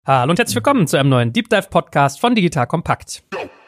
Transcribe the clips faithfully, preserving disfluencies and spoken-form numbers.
Hallo und herzlich willkommen zu einem neuen Deep Dive Podcast von Digital Kompakt.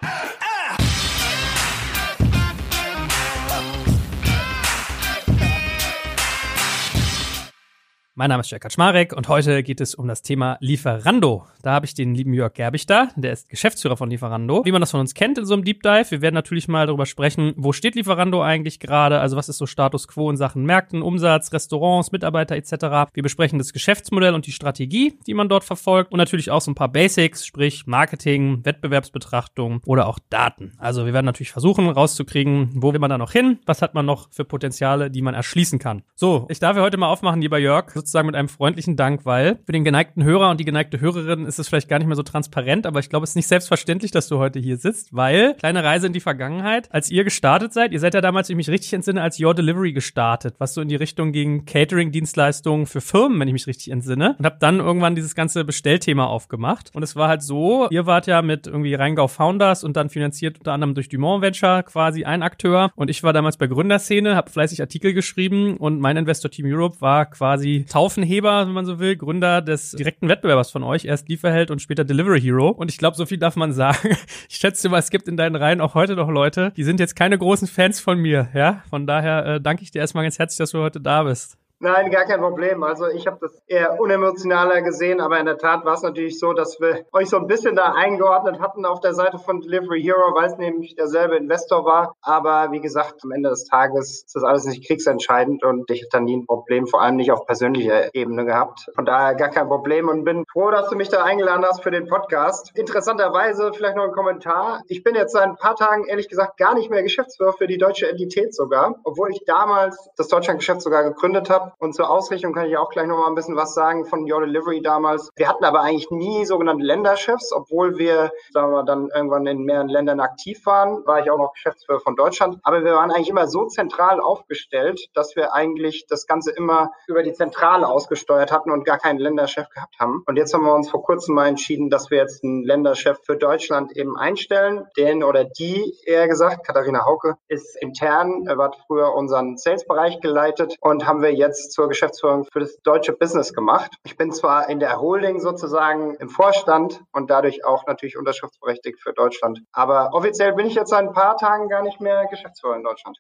Mein Name ist Jörg Kaczmarek und heute geht es um das Thema Lieferando. Da habe ich den lieben Jörg Gerbig da, der ist Geschäftsführer von Lieferando. Wie man das von uns kennt in so einem Deep Dive, wir werden natürlich mal darüber sprechen, wo steht Lieferando eigentlich gerade, also was ist so Status Quo in Sachen Märkten, Umsatz, Restaurants, Mitarbeiter et cetera. Wir besprechen das Geschäftsmodell und die Strategie, die man dort verfolgt und natürlich auch so ein paar Basics, sprich Marketing, Wettbewerbsbetrachtung oder auch Daten. Also wir werden natürlich versuchen rauszukriegen, wo will man da noch hin, was hat man noch für Potenziale, die man erschließen kann. So, ich darf ja heute mal aufmachen, lieber Jörg, sozusagen mit einem freundlichen Dank, weil für den geneigten Hörer und die geneigte Hörerin ist es vielleicht gar nicht mehr so transparent, aber ich glaube, es ist nicht selbstverständlich, dass du heute hier sitzt, weil, kleine Reise in die Vergangenheit, als ihr gestartet seid, ihr seid ja damals, wenn ich mich richtig entsinne, als Your Delivery gestartet, was so in die Richtung ging Catering-Dienstleistungen für Firmen, wenn ich mich richtig entsinne, und habt dann irgendwann dieses ganze Bestellthema aufgemacht und es war halt so, ihr wart ja mit irgendwie Rheingau Founders und dann finanziert unter anderem durch Dumont Venture quasi ein Akteur und ich war damals bei Gründerszene, hab fleißig Artikel geschrieben und mein Investor Team Europe war quasi Taufenheber, wenn man so will, Gründer des direkten Wettbewerbers von euch, erst Lieferheld und später Delivery Hero. Und ich glaube, so viel darf man sagen. Ich schätze mal, es gibt in deinen Reihen auch heute noch Leute, die sind jetzt keine großen Fans von mir, ja? Von daher äh, danke ich dir erstmal ganz herzlich, dass du heute da bist. Nein, gar kein Problem. Also ich habe das eher unemotionaler gesehen, aber in der Tat war es natürlich so, dass wir euch so ein bisschen da eingeordnet hatten auf der Seite von Delivery Hero, weil es nämlich derselbe Investor war. Aber wie gesagt, am Ende des Tages ist das alles nicht kriegsentscheidend und ich habe da nie ein Problem, vor allem nicht auf persönlicher Ebene gehabt. Von daher gar kein Problem und bin froh, dass du mich da eingeladen hast für den Podcast. Interessanterweise vielleicht noch ein Kommentar. Ich bin jetzt seit ein paar Tagen ehrlich gesagt gar nicht mehr Geschäftsführer für die deutsche Entität sogar, obwohl ich damals das Deutschlandgeschäft sogar gegründet habe. Und zur Ausrichtung kann ich auch gleich noch mal ein bisschen was sagen von Your Delivery damals. Wir hatten aber eigentlich nie sogenannte Länderchefs, obwohl wir, sagen wir, dann irgendwann in mehreren Ländern aktiv waren, war ich auch noch Geschäftsführer von Deutschland. Aber wir waren eigentlich immer so zentral aufgestellt, dass wir eigentlich das Ganze immer über die Zentrale ausgesteuert hatten und gar keinen Länderchef gehabt haben. Und jetzt haben wir uns vor kurzem mal entschieden, dass wir jetzt einen Länderchef für Deutschland eben einstellen. Den oder die, eher gesagt, Katharina Hauke, ist intern, er hat früher unseren Sales-Bereich geleitet und haben wir jetzt zur Geschäftsführung für das deutsche Business gemacht. Ich bin zwar in der Holding sozusagen im Vorstand und dadurch auch natürlich unterschriftsberechtigt für Deutschland, aber offiziell bin ich jetzt seit ein paar Tagen gar nicht mehr Geschäftsführer in Deutschland.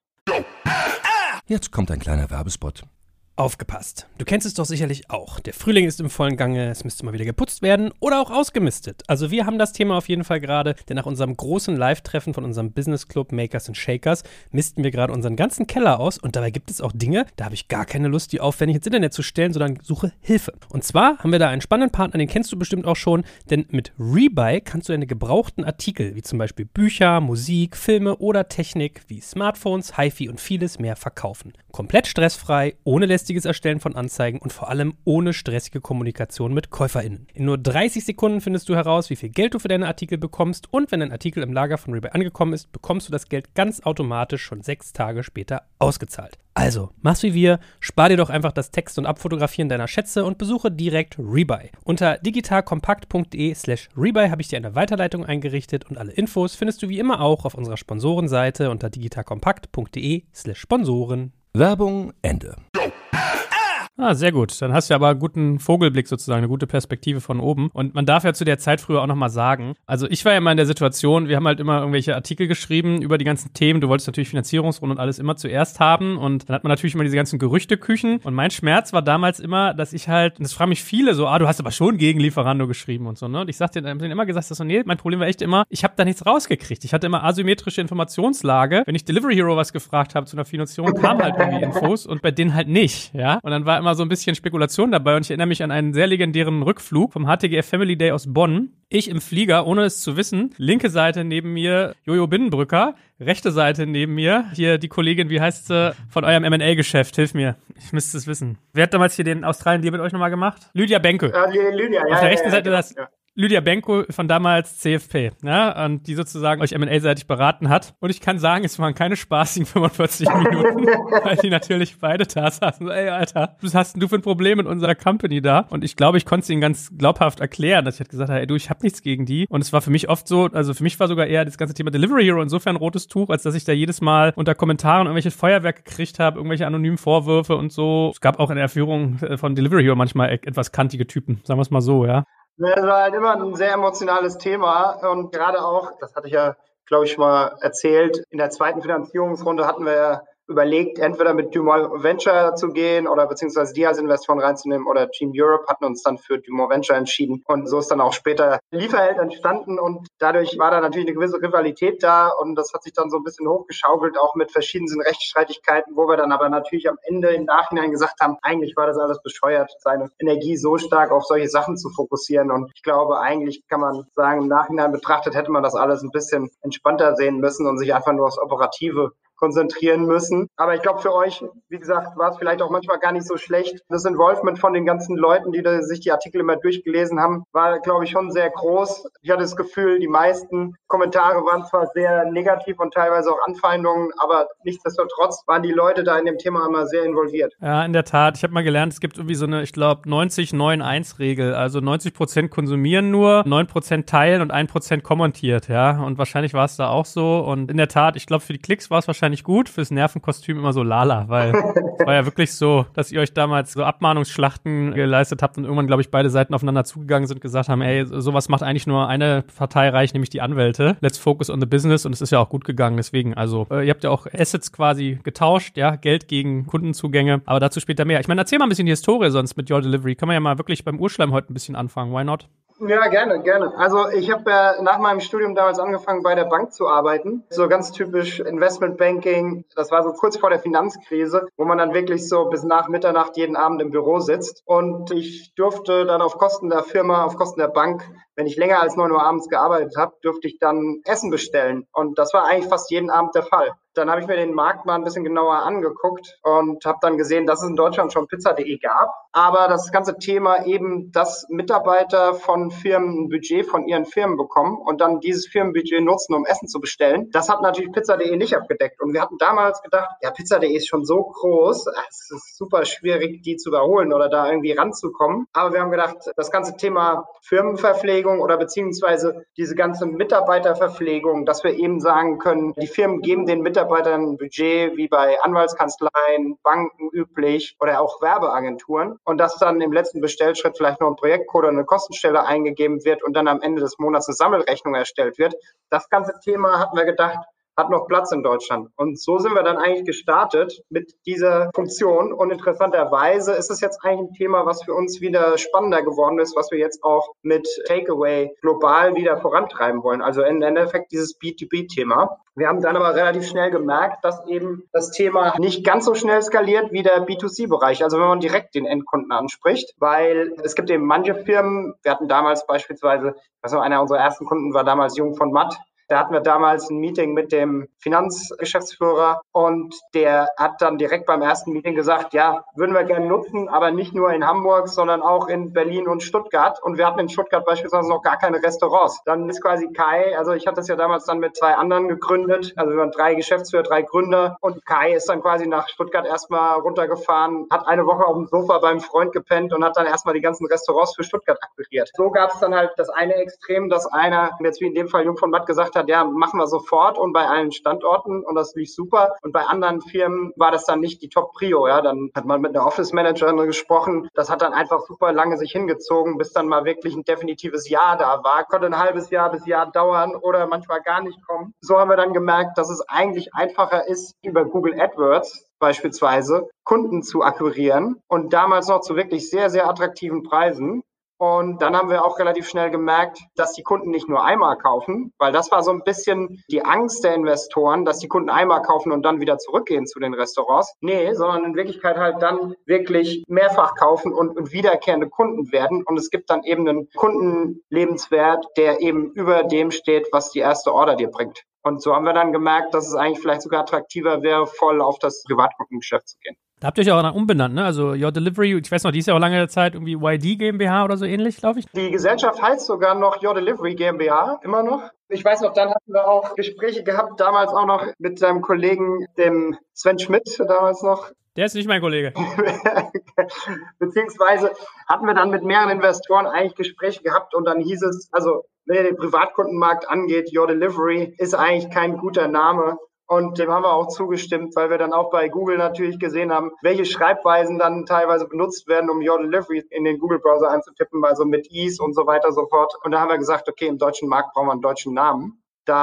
Jetzt kommt ein kleiner Werbespot. Aufgepasst. Du kennst es doch sicherlich auch. Der Frühling ist im vollen Gange, es müsste mal wieder geputzt werden oder auch ausgemistet. Also wir haben das Thema auf jeden Fall gerade, denn nach unserem großen Live-Treffen von unserem Business Club Makers and Shakers misten wir gerade unseren ganzen Keller aus und dabei gibt es auch Dinge, da habe ich gar keine Lust, die aufwendig ins Internet zu stellen, sondern suche Hilfe. Und zwar haben wir da einen spannenden Partner, den kennst du bestimmt auch schon, denn mit Rebuy kannst du deine gebrauchten Artikel, wie zum Beispiel Bücher, Musik, Filme oder Technik wie Smartphones, HiFi und vieles mehr verkaufen. Komplett stressfrei, ohne lästiges Erstellen von Anzeigen und vor allem ohne stressige Kommunikation mit KäuferInnen. In nur dreißig Sekunden findest du heraus, wie viel Geld du für deine Artikel bekommst und wenn dein Artikel im Lager von Rebuy angekommen ist, bekommst du das Geld ganz automatisch schon sechs Tage später ausgezahlt. Also, mach's wie wir, spar dir doch einfach das Text- und Abfotografieren deiner Schätze und besuche direkt Rebuy. Unter digitalkompakt.de slash Rebuy habe ich dir eine Weiterleitung eingerichtet und alle Infos findest du wie immer auch auf unserer Sponsorenseite unter digitalkompakt.de slash Sponsoren. Werbung Ende. Ah, sehr gut. Dann hast du ja aber einen guten Vogelblick sozusagen, eine gute Perspektive von oben. Und man darf ja zu der Zeit früher auch nochmal sagen, also ich war ja immer in der Situation, wir haben halt immer irgendwelche Artikel geschrieben über die ganzen Themen. Du wolltest natürlich Finanzierungsrunden und alles immer zuerst haben. Und dann hat man natürlich immer diese ganzen Gerüchteküchen. Und mein Schmerz war damals immer, dass ich halt, und das fragen mich viele so, ah, du hast aber schon gegen Lieferando geschrieben und so, ne? Und ich sagte denen immer gesagt, das so, nee, mein Problem war echt immer, ich habe da nichts rausgekriegt. Ich hatte immer asymmetrische Informationslage. Wenn ich Delivery Hero was gefragt habe zu einer Finanzierung, kamen halt irgendwie Infos und bei denen halt nicht, ja? Und dann war immer so ein bisschen Spekulation dabei und ich erinnere mich an einen sehr legendären Rückflug vom H T G F Family Day aus Bonn. Ich im Flieger, ohne es zu wissen, linke Seite neben mir Jojo Binnenbrücker, rechte Seite neben mir, hier die Kollegin, wie heißt sie, von eurem M und A-Geschäft, hilf mir, ich müsste es wissen. Wer hat damals hier den Australien-Deal mit euch nochmal gemacht? Lydia Benke. Ja, Lydia, ja. Auf der rechten ja, Seite ja, das... Ja. Lydia Benko von damals C F P, ja, und die sozusagen euch M und A-seitig beraten hat. Und ich kann sagen, es waren keine spaßigen fünfundvierzig Minuten, weil die natürlich beide da saßen. So, ey, Alter, was hast denn du für ein Problem in unserer Company da? Und ich glaube, ich konnte es ihnen ganz glaubhaft erklären, dass ich halt gesagt habe, ey, du, ich habe nichts gegen die. Und es war für mich oft so, also für mich war sogar eher das ganze Thema Delivery Hero insofern ein rotes Tuch, als dass ich da jedes Mal unter Kommentaren irgendwelche Feuerwerke gekriegt habe, irgendwelche anonymen Vorwürfe und so. Es gab auch in der Führung von Delivery Hero manchmal etwas kantige Typen, sagen wir es mal so, ja. Das war halt immer ein sehr emotionales Thema und gerade auch, das hatte ich ja, glaube ich, schon mal erzählt, in der zweiten Finanzierungsrunde hatten wir ja überlegt, entweder mit Dumont Venture zu gehen oder beziehungsweise die als Investoren reinzunehmen oder Team Europe, hatten uns dann für Dumont Venture entschieden und so ist dann auch später Lieferheld entstanden und dadurch war da natürlich eine gewisse Rivalität da und das hat sich dann so ein bisschen hochgeschaukelt, auch mit verschiedenen Rechtsstreitigkeiten, wo wir dann aber natürlich am Ende im Nachhinein gesagt haben, eigentlich war das alles bescheuert, seine Energie so stark auf solche Sachen zu fokussieren und ich glaube, eigentlich kann man sagen, im Nachhinein betrachtet hätte man das alles ein bisschen entspannter sehen müssen und sich einfach nur aufs Operative konzentrieren müssen. Aber ich glaube, für euch, wie gesagt, war es vielleicht auch manchmal gar nicht so schlecht. Das Involvement von den ganzen Leuten, die da sich die Artikel immer durchgelesen haben, war, glaube ich, schon sehr groß. Ich hatte das Gefühl, die meisten Kommentare waren zwar sehr negativ und teilweise auch Anfeindungen, aber nichtsdestotrotz waren die Leute da in dem Thema immer sehr involviert. Ja, in der Tat. Ich habe mal gelernt, es gibt irgendwie so eine, ich glaube, neunzig neun eins Regel. Also neunzig Prozent konsumieren nur, neun Prozent teilen und ein Prozent kommentiert, ja. Und wahrscheinlich war es da auch so. Und in der Tat, ich glaube, für die Klicks war es wahrscheinlich gut, fürs Nervenkostüm immer so lala, weil es war ja wirklich so, dass ihr euch damals so Abmahnungsschlachten geleistet habt und irgendwann, glaube ich, beide Seiten aufeinander zugegangen sind und gesagt haben, ey, sowas macht eigentlich nur eine Partei reich, nämlich die Anwälte. Let's focus on the business und es ist ja auch gut gegangen, deswegen, also, äh, ihr habt ja auch Assets quasi getauscht, ja, Geld gegen Kundenzugänge, aber dazu später mehr. Ich meine, erzähl mal ein bisschen die Historie sonst mit Your Delivery. Kann man ja mal wirklich beim Urschleim heute ein bisschen anfangen, why not? Ja, gerne, gerne. Also ich habe ja nach meinem Studium damals angefangen, bei der Bank zu arbeiten. So ganz typisch Investmentbanking. Das war so kurz vor der Finanzkrise, wo man dann wirklich so bis nach Mitternacht jeden Abend im Büro sitzt. Und ich durfte dann auf Kosten der Firma, auf Kosten der Bank, wenn ich länger als neun Uhr abends gearbeitet habe, durfte ich dann Essen bestellen. Und das war eigentlich fast jeden Abend der Fall. Dann habe ich mir den Markt mal ein bisschen genauer angeguckt und habe dann gesehen, dass es in Deutschland schon Pizza Punkt de gab. Aber das ganze Thema eben, dass Mitarbeiter von Firmen ein Budget von ihren Firmen bekommen und dann dieses Firmenbudget nutzen, um Essen zu bestellen, das hat natürlich Pizza Punkt de nicht abgedeckt. Und wir hatten damals gedacht, ja, Pizza Punkt de ist schon so groß, es ist super schwierig, die zu überholen oder da irgendwie ranzukommen. Aber wir haben gedacht, das ganze Thema Firmenverpflegung oder beziehungsweise diese ganze Mitarbeiterverpflegung, dass wir eben sagen können, die Firmen geben den Mitarbeitern ein Budget wie bei Anwaltskanzleien, Banken üblich oder auch Werbeagenturen und dass dann im letzten Bestellschritt vielleicht noch ein Projektcode oder eine Kostenstelle eingegeben wird und dann am Ende des Monats eine Sammelrechnung erstellt wird. Das ganze Thema hatten wir gedacht, hat noch Platz in Deutschland. Und so sind wir dann eigentlich gestartet mit dieser Funktion. Und interessanterweise ist es jetzt eigentlich ein Thema, was für uns wieder spannender geworden ist, was wir jetzt auch mit Takeaway global wieder vorantreiben wollen. Also im Endeffekt dieses B zwei B-Thema. Wir haben dann aber relativ schnell gemerkt, dass eben das Thema nicht ganz so schnell skaliert wie der B zwei C-Bereich. Also wenn man direkt den Endkunden anspricht, weil es gibt eben manche Firmen, wir hatten damals beispielsweise, also einer unserer ersten Kunden war damals Jung von Matt. Da hatten wir damals ein Meeting mit dem Finanzgeschäftsführer und der hat dann direkt beim ersten Meeting gesagt, ja, würden wir gerne nutzen, aber nicht nur in Hamburg, sondern auch in Berlin und Stuttgart. Und wir hatten in Stuttgart beispielsweise noch gar keine Restaurants. Dann ist quasi Kai, also ich hatte das ja damals dann mit zwei anderen gegründet, also wir waren drei Geschäftsführer, drei Gründer und Kai ist dann quasi nach Stuttgart erstmal runtergefahren, hat eine Woche auf dem Sofa beim Freund gepennt und hat dann erstmal die ganzen Restaurants für Stuttgart akquiriert. So gab es dann halt das eine Extrem, dass einer, jetzt wie in dem Fall Jung von Matt gesagt hat, ja, machen wir sofort und bei allen Standorten und das lief super. Und bei anderen Firmen war das dann nicht die Top-Prio, ja. Dann hat man mit einer Office-Managerin gesprochen. Das hat dann einfach super lange sich hingezogen, bis dann mal wirklich ein definitives Ja da war. Konnte ein halbes Jahr bis Jahr dauern oder manchmal gar nicht kommen. So haben wir dann gemerkt, dass es eigentlich einfacher ist, über Google AdWords beispielsweise Kunden zu akquirieren und damals noch zu wirklich sehr, sehr attraktiven Preisen. Und dann haben wir auch relativ schnell gemerkt, dass die Kunden nicht nur einmal kaufen, weil das war so ein bisschen die Angst der Investoren, dass die Kunden einmal kaufen und dann wieder zurückgehen zu den Restaurants. Nee, sondern in Wirklichkeit halt dann wirklich mehrfach kaufen und, und wiederkehrende Kunden werden. Und es gibt dann eben einen Kundenlebenswert, der eben über dem steht, was die erste Order dir bringt. Und so haben wir dann gemerkt, dass es eigentlich vielleicht sogar attraktiver wäre, voll auf das Privatkundengeschäft zu gehen. Da habt ihr euch auch dann umbenannt, ne? Also Your Delivery, ich weiß noch, die ist ja auch lange Zeit irgendwie Y D GmbH oder so ähnlich, glaube ich. Die Gesellschaft heißt sogar noch Your Delivery GmbH, immer noch. Ich weiß noch, dann hatten wir auch Gespräche gehabt, damals auch noch mit seinem Kollegen, dem Sven Schmidt, damals noch. Der ist nicht mein Kollege. Beziehungsweise hatten wir dann mit mehreren Investoren eigentlich Gespräche gehabt und dann hieß es, also wenn ihr den Privatkundenmarkt angeht, Your Delivery ist eigentlich kein guter Name. Und dem haben wir auch zugestimmt, weil wir dann auch bei Google natürlich gesehen haben, welche Schreibweisen dann teilweise benutzt werden, um Your Delivery in den Google-Browser einzutippen, also mit Ease und so weiter und so fort. Und da haben wir gesagt, okay, im deutschen Markt brauchen wir einen deutschen Namen.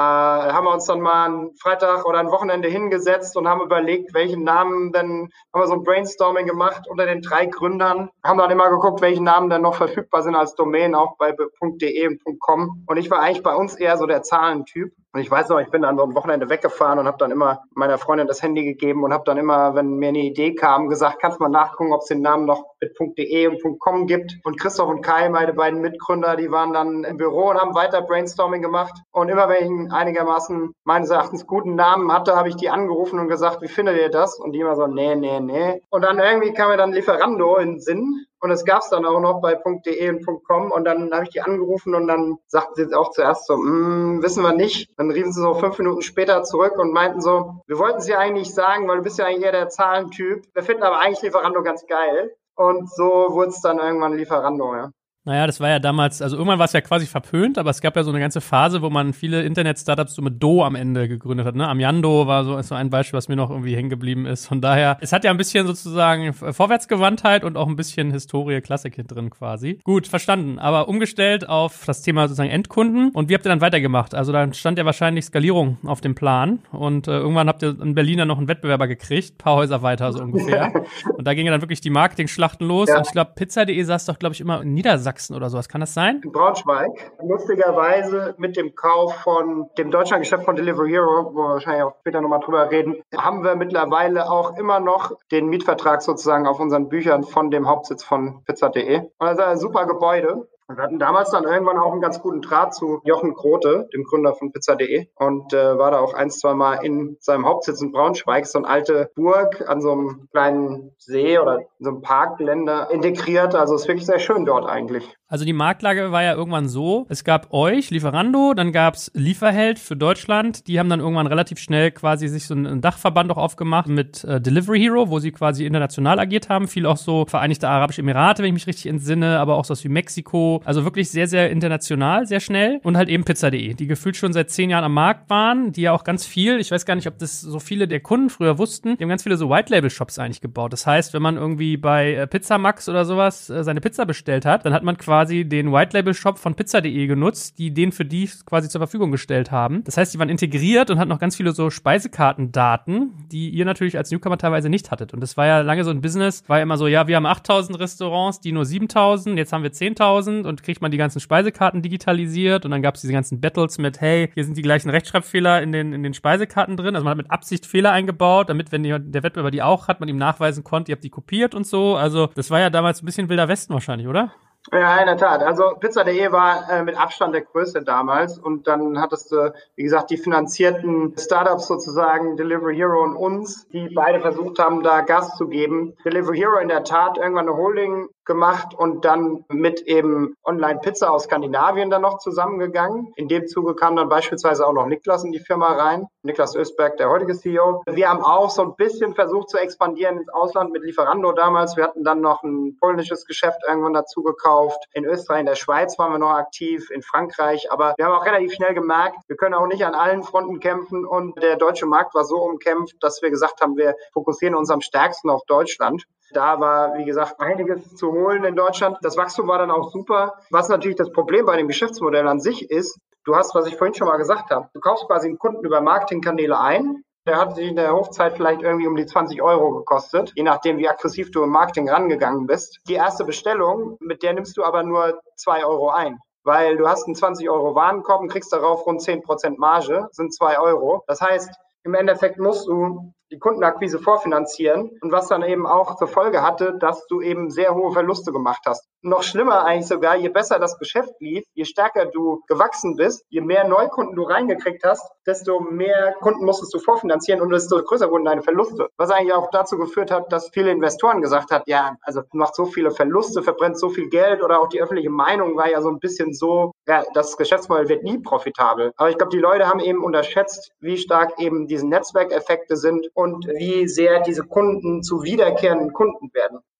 Da haben wir uns dann mal einen Freitag oder ein Wochenende hingesetzt und haben überlegt, welchen Namen denn, haben wir so ein Brainstorming gemacht unter den drei Gründern, haben dann immer geguckt, welche Namen denn noch verfügbar sind als Domain, auch bei .de und .com. Und ich war eigentlich bei uns eher so der Zahlentyp. Und ich weiß noch, ich bin an so einem Wochenende weggefahren und habe dann immer meiner Freundin das Handy gegeben und habe dann immer, wenn mir eine Idee kam, gesagt, kannst du mal nachgucken, ob es den Namen noch mit .de und .com gibt. Und Christoph und Kai, meine beiden Mitgründer, die waren dann im Büro und haben weiter Brainstorming gemacht. Und immer wenn ich einen einigermaßen meines Erachtens guten Namen hatte, habe ich die angerufen und gesagt, wie findet ihr das? Und die immer so, nee, nee, nee. Und dann irgendwie kam mir dann Lieferando in den Sinn. Und es gab es dann auch noch bei .de und .com und dann habe ich die angerufen und dann sagten sie auch zuerst so, mm, wissen wir nicht. Dann riefen sie so fünf Minuten später zurück und meinten so, wir wollten sie eigentlich sagen, weil du bist ja eigentlich eher der Zahlentyp. Wir finden aber eigentlich Lieferando ganz geil. Und so wurde es dann irgendwann Lieferando, ja. Naja, das war ja damals, also irgendwann war es ja quasi verpönt, aber es gab ja so eine ganze Phase, wo man viele Internet-Startups so mit Do am Ende gegründet hat, ne? Amiando war so, ist so ein Beispiel, was mir noch irgendwie hängen geblieben ist. Von daher, es hat ja ein bisschen sozusagen Vorwärtsgewandtheit und auch ein bisschen Historie, Klassik hinten drin quasi. Gut, verstanden, aber umgestellt auf das Thema sozusagen Endkunden. Und wie habt ihr dann weitergemacht? Also dann stand ja wahrscheinlich Skalierung auf dem Plan und äh, irgendwann habt ihr in Berlin dann noch einen Wettbewerber gekriegt, paar Häuser weiter so ungefähr. Und da gingen dann wirklich die Marketing-Schlachten los. Ja. Und ich glaube, Pizza punkt de saß doch, glaube ich, immer in Niedersachsen oder sowas. Kann das sein? In Braunschweig. Lustigerweise mit dem Kauf von dem Deutschlandgeschäft von Delivery Hero, wo wir wahrscheinlich auch später nochmal drüber reden, haben wir mittlerweile auch immer noch den Mietvertrag sozusagen auf unseren Büchern von dem Hauptsitz von Pizza punkt de. Und das ist ein super Gebäude. Wir hatten damals dann irgendwann auch einen ganz guten Draht zu Jochen Grote, dem Gründer von Pizza punkt de, und äh, war da auch ein, zwei Mal in seinem Hauptsitz in Braunschweig, so eine alte Burg an so einem kleinen See oder in so einem Parkgelände integriert. Also ist wirklich sehr schön dort eigentlich. Also die Marktlage war ja irgendwann so, es gab euch, Lieferando, dann gab's Lieferheld für Deutschland, die haben dann irgendwann relativ schnell quasi sich so einen Dachverband auch aufgemacht mit äh, Delivery Hero, wo sie quasi international agiert haben, viel auch so Vereinigte Arabische Emirate, wenn ich mich richtig entsinne, aber auch sowas wie Mexiko, also wirklich sehr, sehr international, sehr schnell und halt eben Pizza punkt de, die gefühlt schon seit zehn Jahren am Markt waren, die ja auch ganz viel, ich weiß gar nicht, ob das so viele der Kunden früher wussten, die haben ganz viele so White-Label-Shops eigentlich gebaut. Das heißt, wenn man irgendwie bei äh, Pizzamax oder sowas äh, seine Pizza bestellt hat, dann hat man quasi quasi den White-Label-Shop von Pizza punkt de genutzt, die den für die quasi zur Verfügung gestellt haben. Das heißt, die waren integriert und hatten noch ganz viele so Speisekartendaten, die ihr natürlich als Newcomer teilweise nicht hattet. Und das war ja lange so ein Business, war ja immer so, ja, wir haben achttausend Restaurants, die nur siebentausend, jetzt haben wir zehntausend und kriegt man die ganzen Speisekarten digitalisiert und dann gab es diese ganzen Battles mit, hey, hier sind die gleichen Rechtschreibfehler in den, in den Speisekarten drin. Also man hat mit Absicht Fehler eingebaut, damit, wenn die, der Wettbewerber die auch hat, man ihm nachweisen konnte, ihr habt die kopiert und so. Also das war ja damals ein bisschen Wilder Westen wahrscheinlich, oder? Ja, in der Tat. Also Pizza punkt de war äh, mit Abstand der größte damals und dann hattest du, wie gesagt, die finanzierten Startups sozusagen, Delivery Hero und uns, die beide versucht haben, da Gas zu geben. Delivery Hero in der Tat irgendwann eine Holding gemacht und dann mit eben Online-Pizza aus Skandinavien dann noch zusammengegangen. In dem Zuge kam dann beispielsweise auch noch Niklas in die Firma rein. Niklas Ösberg, der heutige C E O. Wir haben auch so ein bisschen versucht zu expandieren ins Ausland mit Lieferando damals. Wir hatten dann noch ein polnisches Geschäft irgendwann dazu gekauft. In Österreich, in der Schweiz waren wir noch aktiv, in Frankreich. Aber wir haben auch relativ schnell gemerkt, wir können auch nicht an allen Fronten kämpfen und der deutsche Markt war so umkämpft, dass wir gesagt haben, wir fokussieren uns am stärksten auf Deutschland. Da war, wie gesagt, einiges zu holen in Deutschland. Das Wachstum war dann auch super. Was natürlich das Problem bei dem Geschäftsmodell an sich ist, du hast, was ich vorhin schon mal gesagt habe, du kaufst quasi einen Kunden über Marketingkanäle ein. Der hat sich in der Hochzeit vielleicht irgendwie um die zwanzig Euro gekostet, je nachdem, wie aggressiv du im Marketing rangegangen bist. Die erste Bestellung, mit der nimmst du aber nur zwei Euro ein. Weil du hast einen zwanzig Euro Warenkorb und kriegst darauf rund zehn Prozent Marge, sind zwei Euro. Das heißt, im Endeffekt musst du die Kundenakquise vorfinanzieren und was dann eben auch zur Folge hatte, dass du eben sehr hohe Verluste gemacht hast. Noch schlimmer eigentlich sogar, je besser das Geschäft lief, je stärker du gewachsen bist, je mehr Neukunden du reingekriegt hast, desto mehr Kunden musstest du vorfinanzieren und desto größer wurden deine Verluste. Was eigentlich auch dazu geführt hat, dass viele Investoren gesagt haben, ja, also du machst so viele Verluste, verbrennst so viel Geld oder auch die öffentliche Meinung war ja so ein bisschen so, ja, das Geschäftsmodell wird nie profitabel. Aber ich glaube, die Leute haben eben unterschätzt, wie stark eben diese Netzwerkeffekte sind und wie sehr diese Kunden zu wiederkehrenden Kunden werden.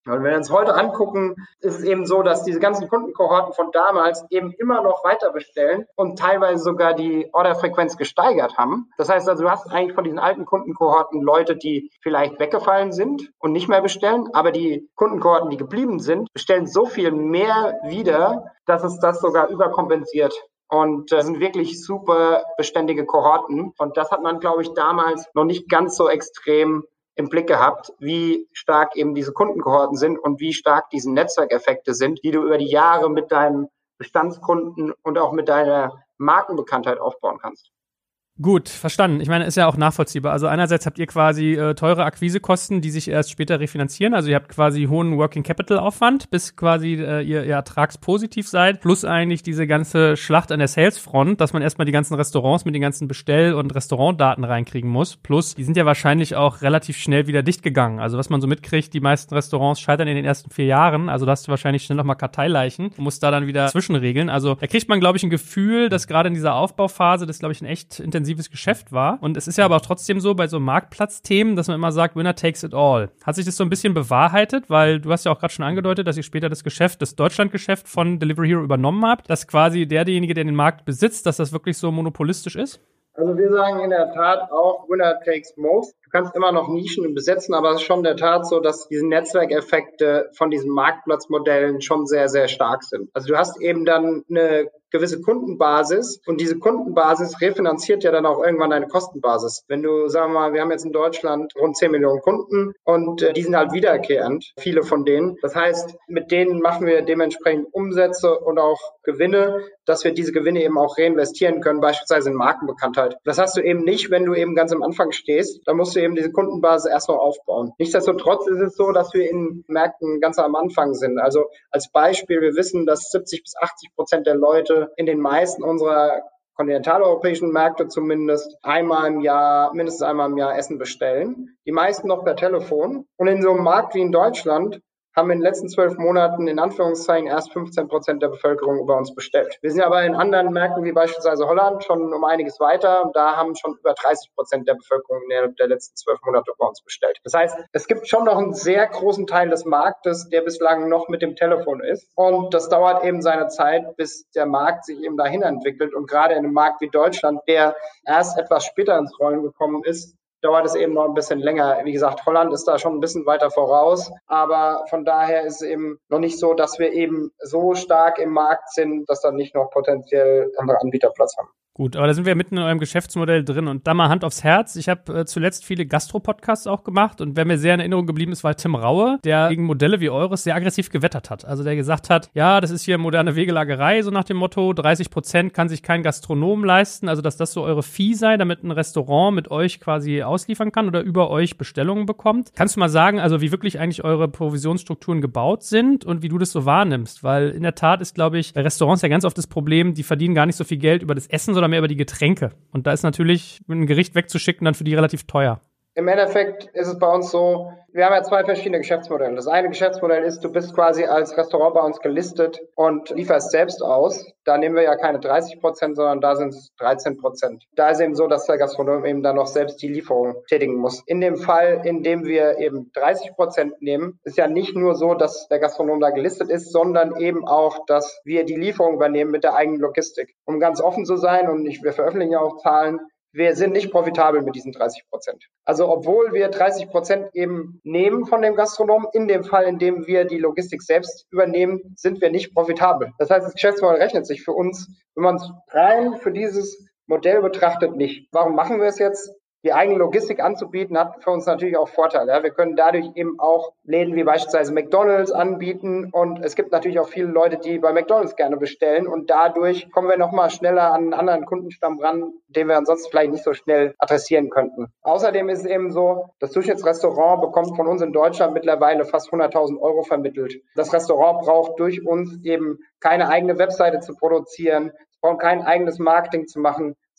Und wenn wir uns heute angucken, ist es eben so, dass diese ganzen Kundenkohorten von damals eben immer noch weiter bestellen und teilweise sogar die Orderfrequenz gesteigert haben. Das heißt also, du hast eigentlich von diesen alten Kundenkohorten Leute, die vielleicht weggefallen sind und nicht mehr bestellen, aber die Kundenkohorten, die geblieben sind, bestellen so viel mehr wieder, dass es das sogar überkompensiert. Und das sind wirklich super beständige Kohorten. Und das hat man, glaube ich, damals noch nicht ganz so extrem im Blick gehabt, wie stark eben diese Kundenkohorten sind und wie stark diese Netzwerkeffekte sind, die du über die Jahre mit deinen Bestandskunden und auch mit deiner Markenbekanntheit aufbauen kannst. Gut, verstanden. Ich meine, ist ja auch nachvollziehbar. Also einerseits habt ihr quasi äh, teure Akquisekosten, die sich erst später refinanzieren. Also ihr habt quasi hohen Working Capital Aufwand, bis quasi äh, ihr, ihr ertragspositiv seid. Plus eigentlich diese ganze Schlacht an der Salesfront, dass man erstmal die ganzen Restaurants mit den ganzen Bestell- und Restaurantdaten reinkriegen muss. Plus, die sind ja wahrscheinlich auch relativ schnell wieder dicht gegangen. Also was man so mitkriegt, die meisten Restaurants scheitern in den ersten vier Jahren. Also da hast du wahrscheinlich schnell nochmal Karteileichen und musst da dann wieder zwischenregeln. Also da kriegt man, glaube ich, ein Gefühl, dass gerade in dieser Aufbauphase das, glaube ich, ein echt intensives Geschäft war. Und es ist ja aber auch trotzdem so bei so Marktplatzthemen, dass man immer sagt, Winner takes it all. Hat sich das so ein bisschen bewahrheitet? Weil du hast ja auch gerade schon angedeutet, dass ihr später das Geschäft, das Deutschlandgeschäft von Delivery Hero übernommen habt, dass quasi der, derjenige, der den Markt besitzt, dass das wirklich so monopolistisch ist? Also wir sagen in der Tat auch, Winner takes most. Du kannst immer noch Nischen besetzen, aber es ist schon in der Tat so, dass diese Netzwerkeffekte von diesen Marktplatzmodellen schon sehr, sehr stark sind. Also du hast eben dann eine gewisse Kundenbasis und diese Kundenbasis refinanziert ja dann auch irgendwann deine Kostenbasis. Wenn du, sagen wir mal, wir haben jetzt in Deutschland rund zehn Millionen Kunden und äh, die sind halt wiederkehrend, viele von denen. Das heißt, mit denen machen wir dementsprechend Umsätze und auch Gewinne, dass wir diese Gewinne eben auch reinvestieren können, beispielsweise in Markenbekanntheit. Das hast du eben nicht, wenn du eben ganz am Anfang stehst. Da musst du eben diese Kundenbasis erst noch aufbauen. Nichtsdestotrotz ist es so, dass wir in Märkten ganz am Anfang sind. Also als Beispiel, wir wissen, dass siebzig bis achtzig Prozent der Leute in den meisten unserer kontinentaleuropäischen Märkte zumindest einmal im Jahr, mindestens einmal im Jahr Essen bestellen. Die meisten noch per Telefon. Und in so einem Markt wie in Deutschland haben wir in den letzten zwölf Monaten in Anführungszeichen erst fünfzehn Prozent der Bevölkerung über uns bestellt. Wir sind aber in anderen Märkten wie beispielsweise Holland schon um einiges weiter und da haben schon über dreißig Prozent der Bevölkerung innerhalb der letzten zwölf Monate über uns bestellt. Das heißt, es gibt schon noch einen sehr großen Teil des Marktes, der bislang noch mit dem Telefon ist und das dauert eben seine Zeit, bis der Markt sich eben dahin entwickelt und gerade in einem Markt wie Deutschland, der erst etwas später ins Rollen gekommen ist, dauert es eben noch ein bisschen länger. Wie gesagt, Holland ist da schon ein bisschen weiter voraus, aber von daher ist es eben noch nicht so, dass wir eben so stark im Markt sind, dass da nicht noch potenziell andere Anbieter Platz haben. Gut, aber da sind wir mitten in eurem Geschäftsmodell drin und da mal Hand aufs Herz. Ich habe äh, zuletzt viele Gastro-Podcasts auch gemacht und wer mir sehr in Erinnerung geblieben ist, war Tim Raue, der gegen Modelle wie eures sehr aggressiv gewettert hat. Also der gesagt hat, ja, das ist hier moderne Wegelagerei, so nach dem Motto, dreißig Prozent kann sich kein Gastronom leisten, also dass das so eure Fee sei, damit ein Restaurant mit euch quasi ausliefern kann oder über euch Bestellungen bekommt. Kannst du mal sagen, also wie wirklich eigentlich eure Provisionsstrukturen gebaut sind und wie du das so wahrnimmst? Weil in der Tat ist, glaube ich, bei Restaurants ja ganz oft das Problem, die verdienen gar nicht so viel Geld über das Essen, sondern mehr über die Getränke. Und da ist natürlich ein Gericht wegzuschicken dann für die relativ teuer. Im Endeffekt ist es bei uns so, wir haben ja zwei verschiedene Geschäftsmodelle. Das eine Geschäftsmodell ist, du bist quasi als Restaurant bei uns gelistet und lieferst selbst aus. Da nehmen wir ja keine dreißig Prozent, sondern da sind es dreizehn Prozent. Da ist eben so, dass der Gastronom eben dann noch selbst die Lieferung tätigen muss. In dem Fall, in dem wir eben dreißig Prozent nehmen, ist ja nicht nur so, dass der Gastronom da gelistet ist, sondern eben auch, dass wir die Lieferung übernehmen mit der eigenen Logistik. Um ganz offen zu sein, und ich, wir veröffentlichen ja auch Zahlen, wir sind nicht profitabel mit diesen dreißig Prozent. Also obwohl wir dreißig Prozent eben nehmen von dem Gastronomen, in dem Fall, in dem wir die Logistik selbst übernehmen, sind wir nicht profitabel. Das heißt, das Geschäftsmodell rechnet sich für uns, wenn man es rein für dieses Modell betrachtet, nicht. Warum machen wir es jetzt? Die eigene Logistik anzubieten, hat für uns natürlich auch Vorteile. Ja. Wir können dadurch eben auch Läden wie beispielsweise McDonald's anbieten und es gibt natürlich auch viele Leute, die bei McDonald's gerne bestellen und dadurch kommen wir nochmal schneller an einen anderen Kundenstamm ran, den wir ansonsten vielleicht nicht so schnell adressieren könnten. Außerdem ist es eben so, das Durchschnittsrestaurant bekommt von uns in Deutschland mittlerweile fast hunderttausend Euro vermittelt. Das Restaurant braucht durch uns eben keine eigene Webseite zu produzieren, es braucht kein eigenes Marketing zu machen,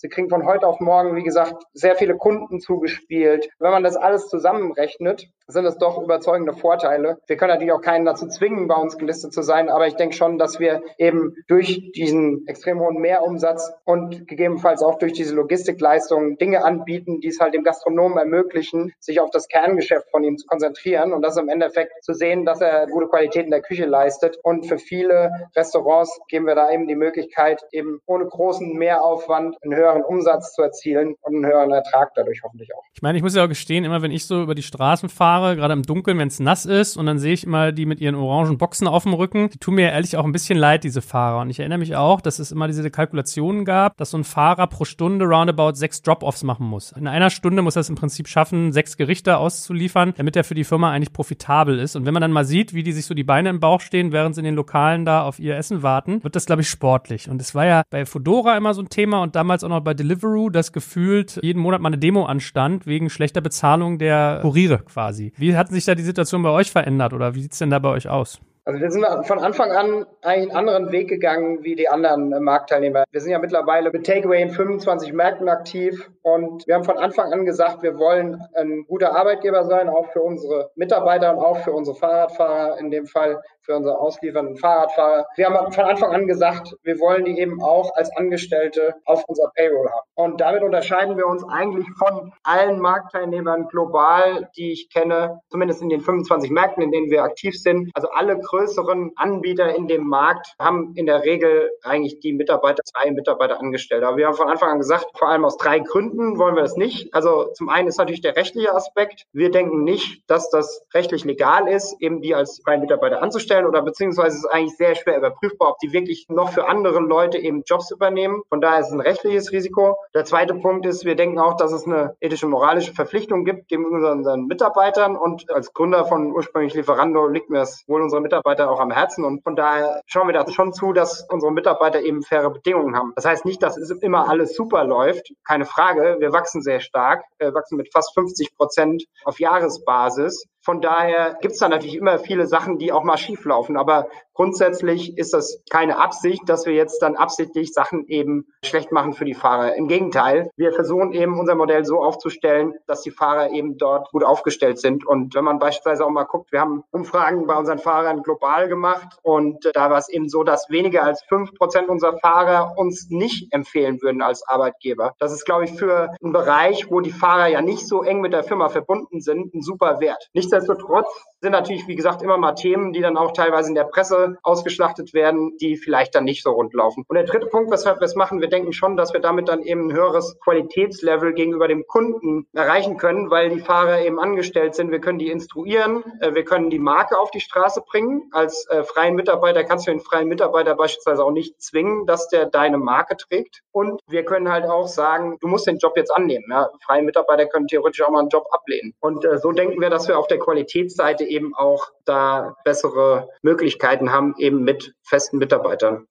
Sie kriegen von heute auf morgen, wie gesagt, sehr viele Kunden zugespielt. Wenn man das alles zusammenrechnet, sind es doch überzeugende Vorteile. Wir können natürlich auch keinen dazu zwingen, bei uns gelistet zu sein, aber ich denke schon, dass wir eben durch diesen extrem hohen Mehrumsatz und gegebenenfalls auch durch diese Logistikleistungen Dinge anbieten, die es halt dem Gastronomen ermöglichen, sich auf das Kerngeschäft von ihm zu konzentrieren und das im Endeffekt zu sehen, dass er gute Qualität in der Küche leistet. Und für viele Restaurants geben wir da eben die Möglichkeit, eben ohne großen Mehraufwand einen höheren Umsatz zu erzielen und einen höheren Ertrag dadurch hoffentlich auch. Ich meine, ich muss ja auch gestehen, immer wenn ich so über die Straßen fahre, gerade im Dunkeln, wenn es nass ist und dann sehe ich immer die mit ihren orangen Boxen auf dem Rücken, die tun mir ja ehrlich auch ein bisschen leid, diese Fahrer. Und ich erinnere mich auch, dass es immer diese Kalkulationen gab, dass so ein Fahrer pro Stunde roundabout sechs Drop-Offs machen muss. In einer Stunde muss er es im Prinzip schaffen, sechs Gerichte auszuliefern, damit er für die Firma eigentlich profitabel ist. Und wenn man dann mal sieht, wie die sich so die Beine im Bauch stehen, während sie in den Lokalen da auf ihr Essen warten, wird das, glaube ich, sportlich. Und es war ja bei Foodora immer so ein Thema und damals auch noch bei Deliveroo, dass gefühlt jeden Monat mal eine Demo anstand, wegen schlechter Bezahlung der Kuriere quasi. Wie hat sich da die Situation bei euch verändert oder wie sieht's denn da bei euch aus? Also wir sind von Anfang an eigentlich einen anderen Weg gegangen wie die anderen Marktteilnehmer. Wir sind ja mittlerweile mit Takeaway in fünfundzwanzig Märkten aktiv und wir haben von Anfang an gesagt, wir wollen ein guter Arbeitgeber sein, auch für unsere Mitarbeiter und auch für unsere Fahrradfahrer, in dem Fall für unsere ausliefernden Fahrradfahrer. Wir haben von Anfang an gesagt, wir wollen die eben auch als Angestellte auf unserer Payroll haben. Und damit unterscheiden wir uns eigentlich von allen Marktteilnehmern global, die ich kenne, zumindest in den fünfundzwanzig Märkten, in denen wir aktiv sind. Also alle größeren Anbieter in dem Markt haben in der Regel eigentlich die Mitarbeiter, zwei Mitarbeiter angestellt. Aber wir haben von Anfang an gesagt, vor allem aus drei Gründen wollen wir das nicht. Also zum einen ist natürlich der rechtliche Aspekt. Wir denken nicht, dass das rechtlich legal ist, eben die als freie Mitarbeiter anzustellen oder beziehungsweise ist es eigentlich sehr schwer überprüfbar, ob die wirklich noch für andere Leute eben Jobs übernehmen. Von daher ist es ein rechtliches Risiko. Der zweite Punkt ist, wir denken auch, dass es eine ethische, moralische Verpflichtung gibt gegenüber unseren Mitarbeitern und als Gründer von ursprünglich Lieferando liegt mir das wohl unsere Mitarbeiter auch am Herzen und von daher schauen wir da schon zu, dass unsere Mitarbeiter eben faire Bedingungen haben. Das heißt nicht, dass es immer alles super läuft, keine Frage. Wir wachsen sehr stark, wir wachsen mit fast fünfzig Prozent auf Jahresbasis. Von daher gibt es da natürlich immer viele Sachen, die auch mal schief laufen. Aber grundsätzlich ist das keine Absicht, dass wir jetzt dann absichtlich Sachen eben schlecht machen für die Fahrer. Im Gegenteil, wir versuchen eben unser Modell so aufzustellen, dass die Fahrer eben dort gut aufgestellt sind. Und wenn man beispielsweise auch mal guckt, wir haben Umfragen bei unseren Fahrern global gemacht und da war es eben so, dass weniger als fünf Prozent unserer Fahrer uns nicht empfehlen würden als Arbeitgeber. Das ist, glaube ich, für einen Bereich, wo die Fahrer ja nicht so eng mit der Firma verbunden sind, ein super Wert. Nichtsdestotrotz sind natürlich, wie gesagt, immer mal Themen, die dann auch teilweise in der Presse ausgeschlachtet werden, die vielleicht dann nicht so rund laufen. Und der dritte Punkt, weshalb wir es machen, wir denken schon, dass wir damit dann eben ein höheres Qualitätslevel gegenüber dem Kunden erreichen können, weil die Fahrer eben angestellt sind. Wir können die instruieren, wir können die Marke auf die Straße bringen. Als äh, freien Mitarbeiter kannst du den freien Mitarbeiter beispielsweise auch nicht zwingen, dass der deine Marke trägt. Und wir können halt auch sagen, du musst den Job jetzt annehmen. Ja? Freie Mitarbeiter können theoretisch auch mal einen Job ablehnen. Und äh, so denken wir, dass wir auf der Qualitätsseite eben auch da bessere Möglichkeiten haben, eben mit festen Mitarbeitern.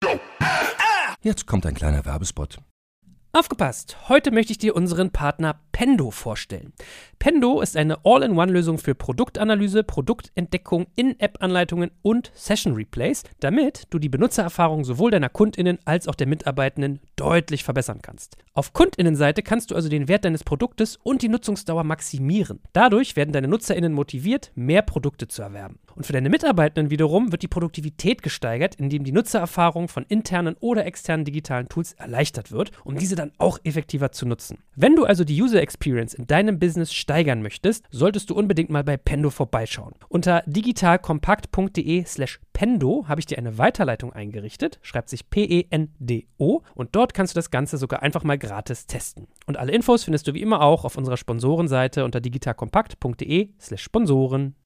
Jetzt kommt ein kleiner Werbespot. Aufgepasst! Heute möchte ich dir unseren Partner Pendo vorstellen. Pendo ist eine All-in-One-Lösung für Produktanalyse, Produktentdeckung, In-App-Anleitungen und Session-Replays, damit du die Benutzererfahrung sowohl deiner KundInnen als auch der Mitarbeitenden deutlich verbessern kannst. Auf KundInnenseite kannst du also den Wert deines Produktes und die Nutzungsdauer maximieren. Dadurch werden deine NutzerInnen motiviert, mehr Produkte zu erwerben. Und für deine Mitarbeitenden wiederum wird die Produktivität gesteigert, indem die Nutzererfahrung von internen oder externen digitalen Tools erleichtert wird, um diese dann auch effektiver zu nutzen. Wenn du also die User Experience in deinem Business steigern möchtest, solltest du unbedingt mal bei Pendo vorbeischauen. Unter digitalkompakt.de slash Pendo habe ich dir eine Weiterleitung eingerichtet, schreibt sich P E N D O und dort kannst du das Ganze sogar einfach mal gratis testen. Und alle Infos findest du wie immer auch auf unserer Sponsorenseite unter digitalkompakt.de slash Sponsoren.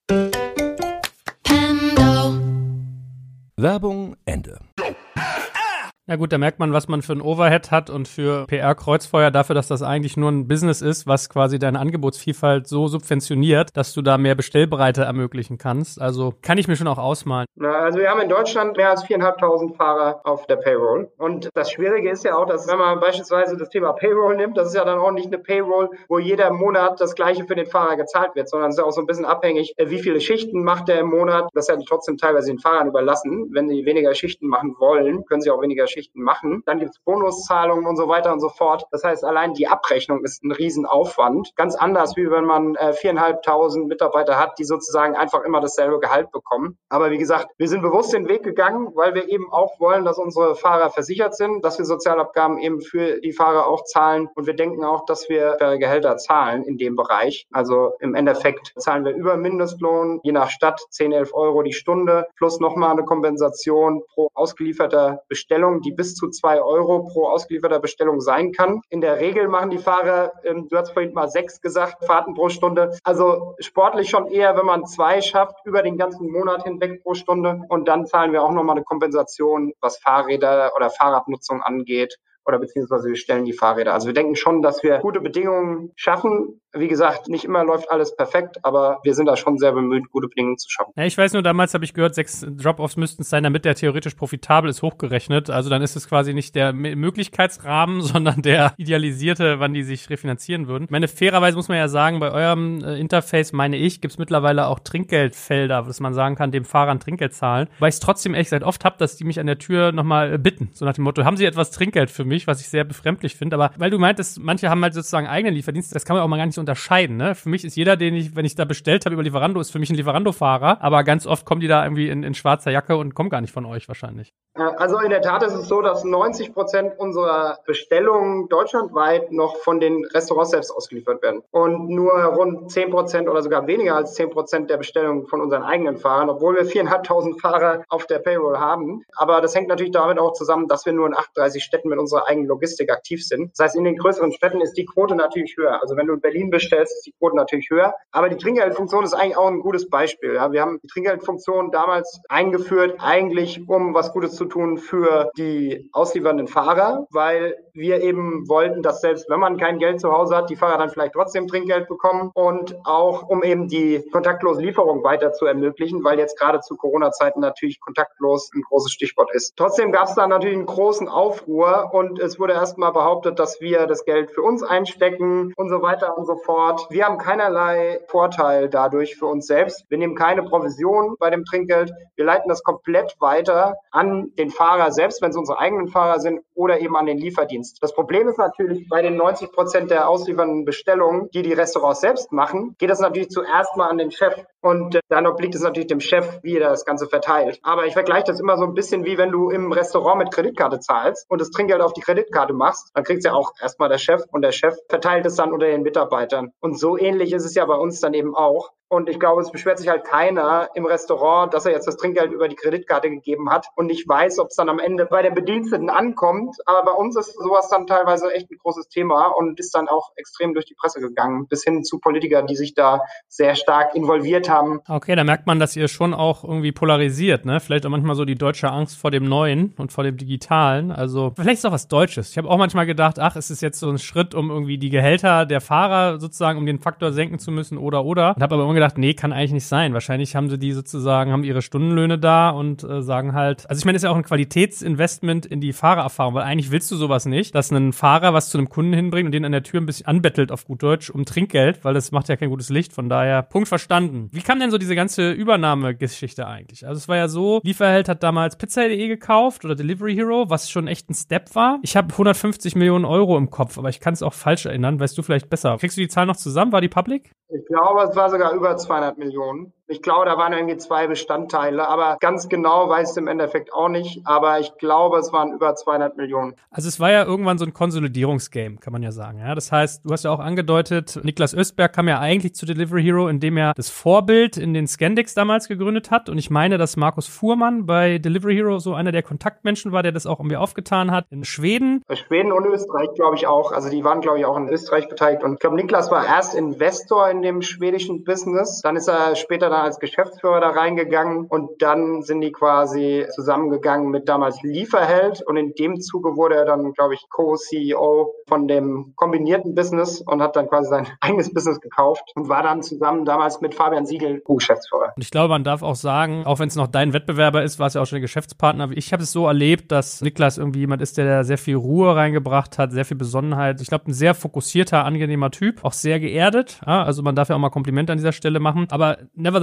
Werbung Ende. Ja gut, da merkt man, was man für ein Overhead hat und für P R-Kreuzfeuer dafür, dass das eigentlich nur ein Business ist, was quasi deine Angebotsvielfalt so subventioniert, dass du da mehr Bestellbreite ermöglichen kannst. Also kann ich mir schon auch ausmalen. Na, also wir haben in Deutschland mehr als viertausendfünfhundert Fahrer auf der Payroll. Und das Schwierige ist ja auch, dass wenn man beispielsweise das Thema Payroll nimmt, das ist ja dann auch nicht eine Payroll, wo jeder Monat das Gleiche für den Fahrer gezahlt wird, sondern es ist ja auch so ein bisschen abhängig, wie viele Schichten macht er im Monat. Das ist ja trotzdem teilweise den Fahrern überlassen. Wenn sie weniger Schichten machen wollen, können sie auch weniger Schichten Überschichten machen. Dann gibt es Bonuszahlungen und so weiter und so fort. Das heißt, allein die Abrechnung ist ein Riesenaufwand. Ganz anders, wie wenn man äh, viertausendfünfhundert Mitarbeiter hat, die sozusagen einfach immer dasselbe Gehalt bekommen. Aber wie gesagt, wir sind bewusst den Weg gegangen, weil wir eben auch wollen, dass unsere Fahrer versichert sind, dass wir Sozialabgaben eben für die Fahrer auch zahlen. Und wir denken auch, dass wir faire Gehälter zahlen in dem Bereich. Also im Endeffekt zahlen wir über Mindestlohn, je nach Stadt zehn, elf Euro die Stunde, plus nochmal eine Kompensation pro ausgelieferter Bestellung, die bis zu zwei Euro pro ausgelieferter Bestellung sein kann. In der Regel machen die Fahrer, ähm, du hast vorhin mal sechs gesagt, Fahrten pro Stunde. Also sportlich schon eher, wenn man zwei schafft, über den ganzen Monat hinweg pro Stunde. Und dann zahlen wir auch nochmal eine Kompensation, was Fahrräder oder Fahrradnutzung angeht. Oder beziehungsweise wir stellen die Fahrräder. Also wir denken schon, dass wir gute Bedingungen schaffen. Wie gesagt, nicht immer läuft alles perfekt, aber wir sind da schon sehr bemüht, gute Bedingungen zu schaffen. Ja, ich weiß nur, damals habe ich gehört, sechs Drop-Offs müssten es sein, damit der theoretisch profitabel ist, hochgerechnet. Also dann ist es quasi nicht der Möglichkeitsrahmen, sondern der idealisierte, wann die sich refinanzieren würden. Ich meine, fairerweise muss man ja sagen, bei eurem äh, Interface, meine ich, gibt es mittlerweile auch Trinkgeldfelder, dass man sagen kann, dem Fahrer ein Trinkgeld zahlen. Weil ich es trotzdem ehrlich gesagt oft habe, dass die mich an der Tür nochmal äh, bitten. So nach dem Motto, haben Sie etwas Trinkgeld für mich? Was ich sehr befremdlich finde. Aber weil du meintest, manche haben halt sozusagen eigenen Lieferdienst, das kann man auch mal gar nicht so unterscheiden. Ne? Für mich ist jeder, den ich, wenn ich da bestellt habe über Lieferando, ist für mich ein Lieferando-Fahrer. Aber ganz oft kommen die da irgendwie in, in schwarzer Jacke und kommen gar nicht von euch wahrscheinlich. Also in der Tat ist es so, dass neunzig Prozent unserer Bestellungen deutschlandweit noch von den Restaurants selbst ausgeliefert werden. Und nur rund zehn Prozent oder sogar weniger als zehn Prozent der Bestellungen von unseren eigenen Fahrern, obwohl wir viertausendfünfhundert Fahrer auf der Payroll haben. Aber das hängt natürlich damit auch zusammen, dass wir nur in achtunddreißig Städten mit unserer eigenen Logistik aktiv sind. Das heißt, in den größeren Städten ist die Quote natürlich höher. Also wenn du in Berlin bestellst, ist die Quote natürlich höher. Aber die Trinkgeldfunktion ist eigentlich auch ein gutes Beispiel. Ja, wir haben die Trinkgeldfunktion damals eingeführt, eigentlich um was Gutes zu tun für die ausliefernden Fahrer, weil wir eben wollten, dass selbst wenn man kein Geld zu Hause hat, die Fahrer dann vielleicht trotzdem Trinkgeld bekommen und auch um eben die kontaktlose Lieferung weiter zu ermöglichen, weil jetzt gerade zu Corona-Zeiten natürlich kontaktlos ein großes Stichwort ist. Trotzdem gab es da natürlich einen großen Aufruhr und es wurde erstmal behauptet, dass wir das Geld für uns einstecken und so weiter und so fort. Wir haben keinerlei Vorteil dadurch für uns selbst. Wir nehmen keine Provision bei dem Trinkgeld. Wir leiten das komplett weiter an den Fahrer selbst, wenn es unsere eigenen Fahrer sind, oder eben an den Lieferdienst. Das Problem ist natürlich, bei den neunzig Prozent der ausliefernden Bestellungen, die die Restaurants selbst machen, geht das natürlich zuerst mal an den Chef. Und dann obliegt es natürlich dem Chef, wie er das Ganze verteilt. Aber ich vergleiche das immer so ein bisschen wie wenn du im Restaurant mit Kreditkarte zahlst und das Trinkgeld auf die Kreditkarte machst, dann kriegt es ja auch erstmal der Chef und der Chef verteilt es dann unter den Mitarbeitern. Und so ähnlich ist es ja bei uns dann eben auch. Und ich glaube, es beschwert sich halt keiner im Restaurant, dass er jetzt das Trinkgeld über die Kreditkarte gegeben hat und nicht weiß, ob es dann am Ende bei den Bediensteten ankommt. Aber bei uns ist sowas dann teilweise echt ein großes Thema und ist dann auch extrem durch die Presse gegangen, bis hin zu Politikern, die sich da sehr stark involviert haben. Okay, da merkt man, dass ihr schon auch irgendwie polarisiert, ne? Vielleicht auch manchmal so die deutsche Angst vor dem Neuen und vor dem Digitalen. Also vielleicht ist auch was Deutsches. Ich habe auch manchmal gedacht, ach, ist es jetzt so ein Schritt, um irgendwie die Gehälter der Fahrer sozusagen, um den Faktor senken zu müssen oder oder. Und habe aber immer gedacht, nee, kann eigentlich nicht sein. Wahrscheinlich haben sie die sozusagen, haben ihre Stundenlöhne da und äh, sagen halt, also ich meine, das ist ja auch ein Qualitätsinvestment in die Fahrererfahrung, weil eigentlich willst du sowas nicht, dass ein Fahrer was zu einem Kunden hinbringt und den an der Tür ein bisschen anbettelt auf gut Deutsch um Trinkgeld, weil das macht ja kein gutes Licht. Von daher, Punkt verstanden. Wie kam denn so diese ganze Übernahmegeschichte eigentlich? Also es war ja so, Lieferheld hat damals Pizza punkt de gekauft oder Delivery Hero, was schon echt ein Step war. Ich habe hundertfünfzig Millionen Euro im Kopf, aber ich kann es auch falsch erinnern. Weißt du vielleicht besser? Kriegst du die Zahl noch zusammen? War die public? Ich glaube, es war sogar über zweihundert Millionen. Ich glaube, da waren irgendwie zwei Bestandteile, aber ganz genau weiß ich es im Endeffekt auch nicht. Aber ich glaube, es waren über zweihundert Millionen. Also es war ja irgendwann so ein Konsolidierungsgame, kann man ja sagen. Ja? Das heißt, du hast ja auch angedeutet, Niklas Östberg kam ja eigentlich zu Delivery Hero, indem er das Vorbild in den Scandex damals gegründet hat. Und ich meine, dass Markus Fuhrmann bei Delivery Hero so einer der Kontaktmenschen war, der das auch irgendwie aufgetan hat in Schweden. Schweden und Österreich, glaube ich, auch. Also die waren, glaube ich, auch in Österreich beteiligt. Und ich glaube, Niklas war erst Investor in dem schwedischen Business. Dann ist er später dann als Geschäftsführer da reingegangen und dann sind die quasi zusammengegangen mit damals Lieferheld und in dem Zuge wurde er dann, glaube ich, Co-C E O von dem kombinierten Business und hat dann quasi sein eigenes Business gekauft und war dann zusammen damals mit Fabian Siegel Co-Geschäftsführer. Und ich glaube, man darf auch sagen, auch wenn es noch dein Wettbewerber ist, war es ja auch schon ein Geschäftspartner. Ich habe es so erlebt, dass Niklas irgendwie jemand ist, der da sehr viel Ruhe reingebracht hat, sehr viel Besonnenheit. Ich glaube, ein sehr fokussierter, angenehmer Typ, auch sehr geerdet. Ja, also man darf ja auch mal Komplimente an dieser Stelle machen. Aber nevertheless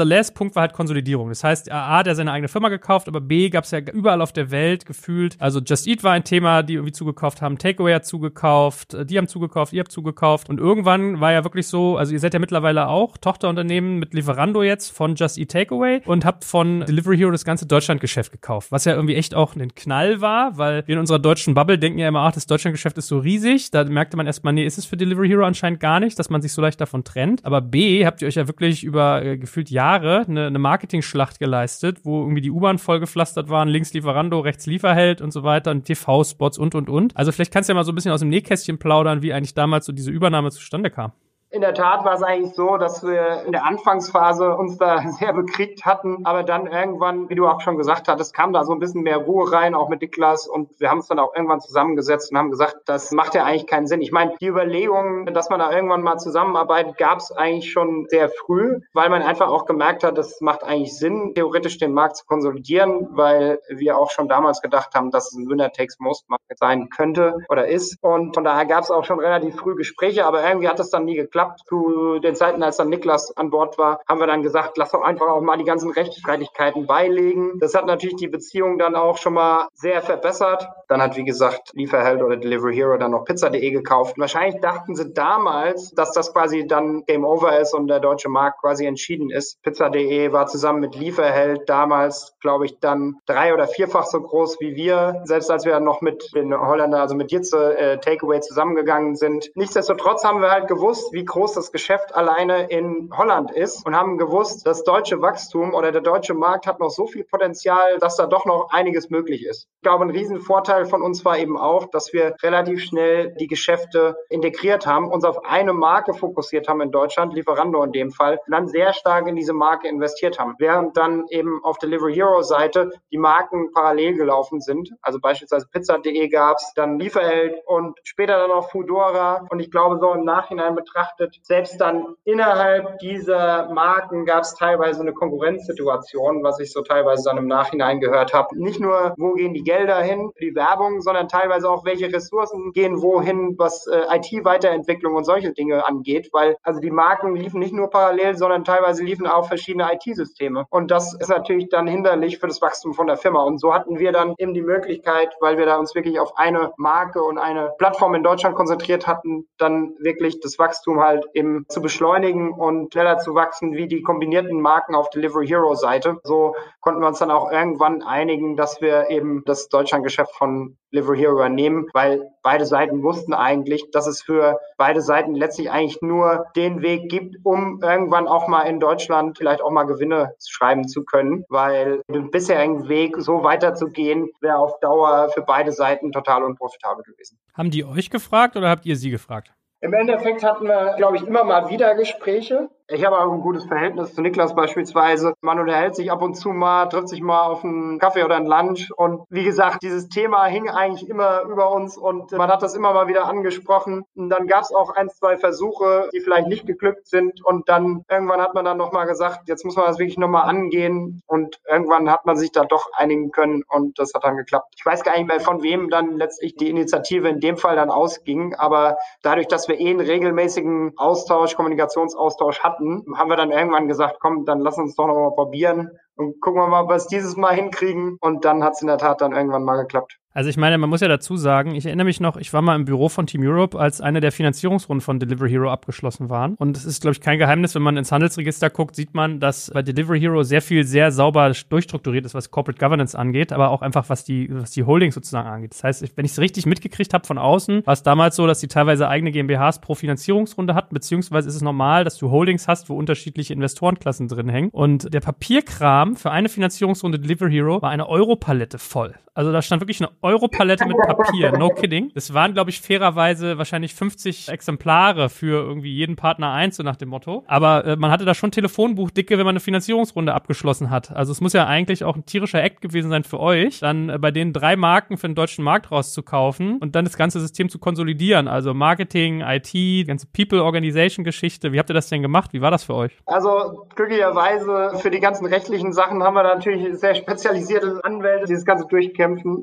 nevertheless, Punkt war halt Konsolidierung. Das heißt, A, der hat seine eigene Firma gekauft, aber B, gab es ja überall auf der Welt gefühlt. Also Just Eat war ein Thema, die irgendwie zugekauft haben, Takeaway hat zugekauft, die haben zugekauft, ihr habt zugekauft. Und irgendwann war ja wirklich so, also ihr seid ja mittlerweile auch Tochterunternehmen mit Lieferando jetzt von Just Eat Takeaway und habt von Delivery Hero das ganze Deutschlandgeschäft gekauft, was ja irgendwie echt auch ein Knall war, weil wir in unserer deutschen Bubble denken ja immer, ach, das Deutschlandgeschäft ist so riesig. Da merkte man erstmal, nee, ist es für Delivery Hero anscheinend gar nicht, dass man sich so leicht davon trennt. Aber B, habt ihr euch ja wirklich über äh, gefühlt Jahre eine, eine Marketing-Schlacht geleistet, wo irgendwie die U-Bahn vollgepflastert waren, links Lieferando, rechts Lieferheld und so weiter und T V-Spots und, und, und. Also vielleicht kannst du ja mal so ein bisschen aus dem Nähkästchen plaudern, wie eigentlich damals so diese Übernahme zustande kam. In der Tat war es eigentlich so, dass wir in der Anfangsphase uns da sehr bekriegt hatten, aber dann irgendwann, wie du auch schon gesagt hattest, kam da so ein bisschen mehr Ruhe rein, auch mit Niklas, und wir haben uns dann auch irgendwann zusammengesetzt und haben gesagt, das macht ja eigentlich keinen Sinn. Ich meine, die Überlegung, dass man da irgendwann mal zusammenarbeitet, gab es eigentlich schon sehr früh, weil man einfach auch gemerkt hat, das macht eigentlich Sinn, theoretisch den Markt zu konsolidieren, weil wir auch schon damals gedacht haben, dass es ein Winner-Takes-Most-Market sein könnte oder ist, und von daher gab es auch schon relativ früh Gespräche, aber irgendwie hat es dann nie geklappt. Zu den Zeiten, als dann Niklas an Bord war, haben wir dann gesagt, lass doch einfach auch mal die ganzen Rechtsstreitigkeiten beilegen. Das hat natürlich die Beziehung dann auch schon mal sehr verbessert. Dann hat, wie gesagt, Lieferheld oder Delivery Hero dann noch Pizza punkt de gekauft. Und wahrscheinlich dachten sie damals, dass das quasi dann Game Over ist und der deutsche Markt quasi entschieden ist. Pizza punkt de war zusammen mit Lieferheld damals, glaube ich, dann drei- oder vierfach so groß wie wir. Selbst als wir dann noch mit den Holländern, also mit Jitze äh, Takeaway zusammengegangen sind. Nichtsdestotrotz haben wir halt gewusst, wie groß das Geschäft alleine in Holland ist und haben gewusst, das deutsche Wachstum oder der deutsche Markt hat noch so viel Potenzial, dass da doch noch einiges möglich ist. Ich glaube, ein Riesenvorteil von uns war eben auch, dass wir relativ schnell die Geschäfte integriert haben, uns auf eine Marke fokussiert haben in Deutschland, Lieferando in dem Fall, und dann sehr stark in diese Marke investiert haben. Während dann eben auf Delivery Hero Seite die Marken parallel gelaufen sind, also beispielsweise Pizza punkt de gab es, dann Lieferheld und später dann auch Foodora, und ich glaube, so im Nachhinein betrachtet, selbst dann innerhalb dieser Marken gab es teilweise eine Konkurrenzsituation, was ich so teilweise dann im Nachhinein gehört habe. Nicht nur, wo gehen die Gelder hin für die Werbung, sondern teilweise auch, welche Ressourcen gehen wohin, was äh, I T-Weiterentwicklung und solche Dinge angeht, weil also die Marken liefen nicht nur parallel, sondern teilweise liefen auch verschiedene I T-Systeme. Und das ist natürlich dann hinderlich für das Wachstum von der Firma. Und so hatten wir dann eben die Möglichkeit, weil wir da uns wirklich auf eine Marke und eine Plattform in Deutschland konzentriert hatten, dann wirklich das Wachstum halt eben zu beschleunigen und schneller zu wachsen wie die kombinierten Marken auf Delivery Hero Seite. So konnten wir uns dann auch irgendwann einigen, dass wir eben das Deutschlandgeschäft von Delivery Hero übernehmen, weil beide Seiten wussten eigentlich, dass es für beide Seiten letztlich eigentlich nur den Weg gibt, um irgendwann auch mal in Deutschland vielleicht auch mal Gewinne schreiben zu können, weil den bisherigen Weg so weiterzugehen, wäre auf Dauer für beide Seiten total unprofitabel gewesen. Haben die euch gefragt oder habt ihr sie gefragt? Im Endeffekt hatten wir, glaube ich, immer mal wieder Gespräche. Ich habe auch ein gutes Verhältnis zu Niklas beispielsweise. Man unterhält sich ab und zu mal, trifft sich mal auf einen Kaffee oder ein Lunch. Und wie gesagt, dieses Thema hing eigentlich immer über uns und man hat das immer mal wieder angesprochen. Und dann gab es auch ein, zwei Versuche, die vielleicht nicht geglückt sind. Und dann irgendwann hat man dann nochmal gesagt, jetzt muss man das wirklich nochmal angehen. Und irgendwann hat man sich da doch einigen können und das hat dann geklappt. Ich weiß gar nicht mehr, von wem dann letztlich die Initiative in dem Fall dann ausging. Aber dadurch, dass wir eh einen regelmäßigen Austausch, Kommunikationsaustausch hatten, haben wir dann irgendwann gesagt, komm, dann lass uns doch noch mal probieren und gucken wir mal, ob wir es dieses Mal hinkriegen. Und dann hat es in der Tat dann irgendwann mal geklappt. Also ich meine, man muss ja dazu sagen, ich erinnere mich noch, ich war mal im Büro von Team Europe, als eine der Finanzierungsrunden von Delivery Hero abgeschlossen waren. Und es ist, glaube ich, kein Geheimnis, wenn man ins Handelsregister guckt, sieht man, dass bei Delivery Hero sehr viel sehr sauber durchstrukturiert ist, was Corporate Governance angeht, aber auch einfach, was die, was die Holdings sozusagen angeht. Das heißt, wenn ich es richtig mitgekriegt habe von außen, war es damals so, dass die teilweise eigene GmbHs pro Finanzierungsrunde hatten, beziehungsweise ist es normal, dass du Holdings hast, wo unterschiedliche Investorenklassen drin hängen. Und der Papierkram für eine Finanzierungsrunde Delivery Hero war eine Europalette voll. Also da stand wirklich eine Europalette mit Papier, no kidding. Es waren, glaube ich, fairerweise wahrscheinlich fünfzig Exemplare für irgendwie jeden Partner eins, so nach dem Motto. Aber äh, man hatte da schon Telefonbuchdicke, wenn man eine Finanzierungsrunde abgeschlossen hat. Also es muss ja eigentlich auch ein tierischer Act gewesen sein für euch, dann äh, bei denen drei Marken für den deutschen Markt rauszukaufen und dann das ganze System zu konsolidieren. Also Marketing, I T, die ganze People-Organization-Geschichte. Wie habt ihr das denn gemacht? Wie war das für euch? Also glücklicherweise für die ganzen rechtlichen Sachen haben wir da natürlich sehr spezialisierte Anwälte, die das Ganze durchkämpfen. Auf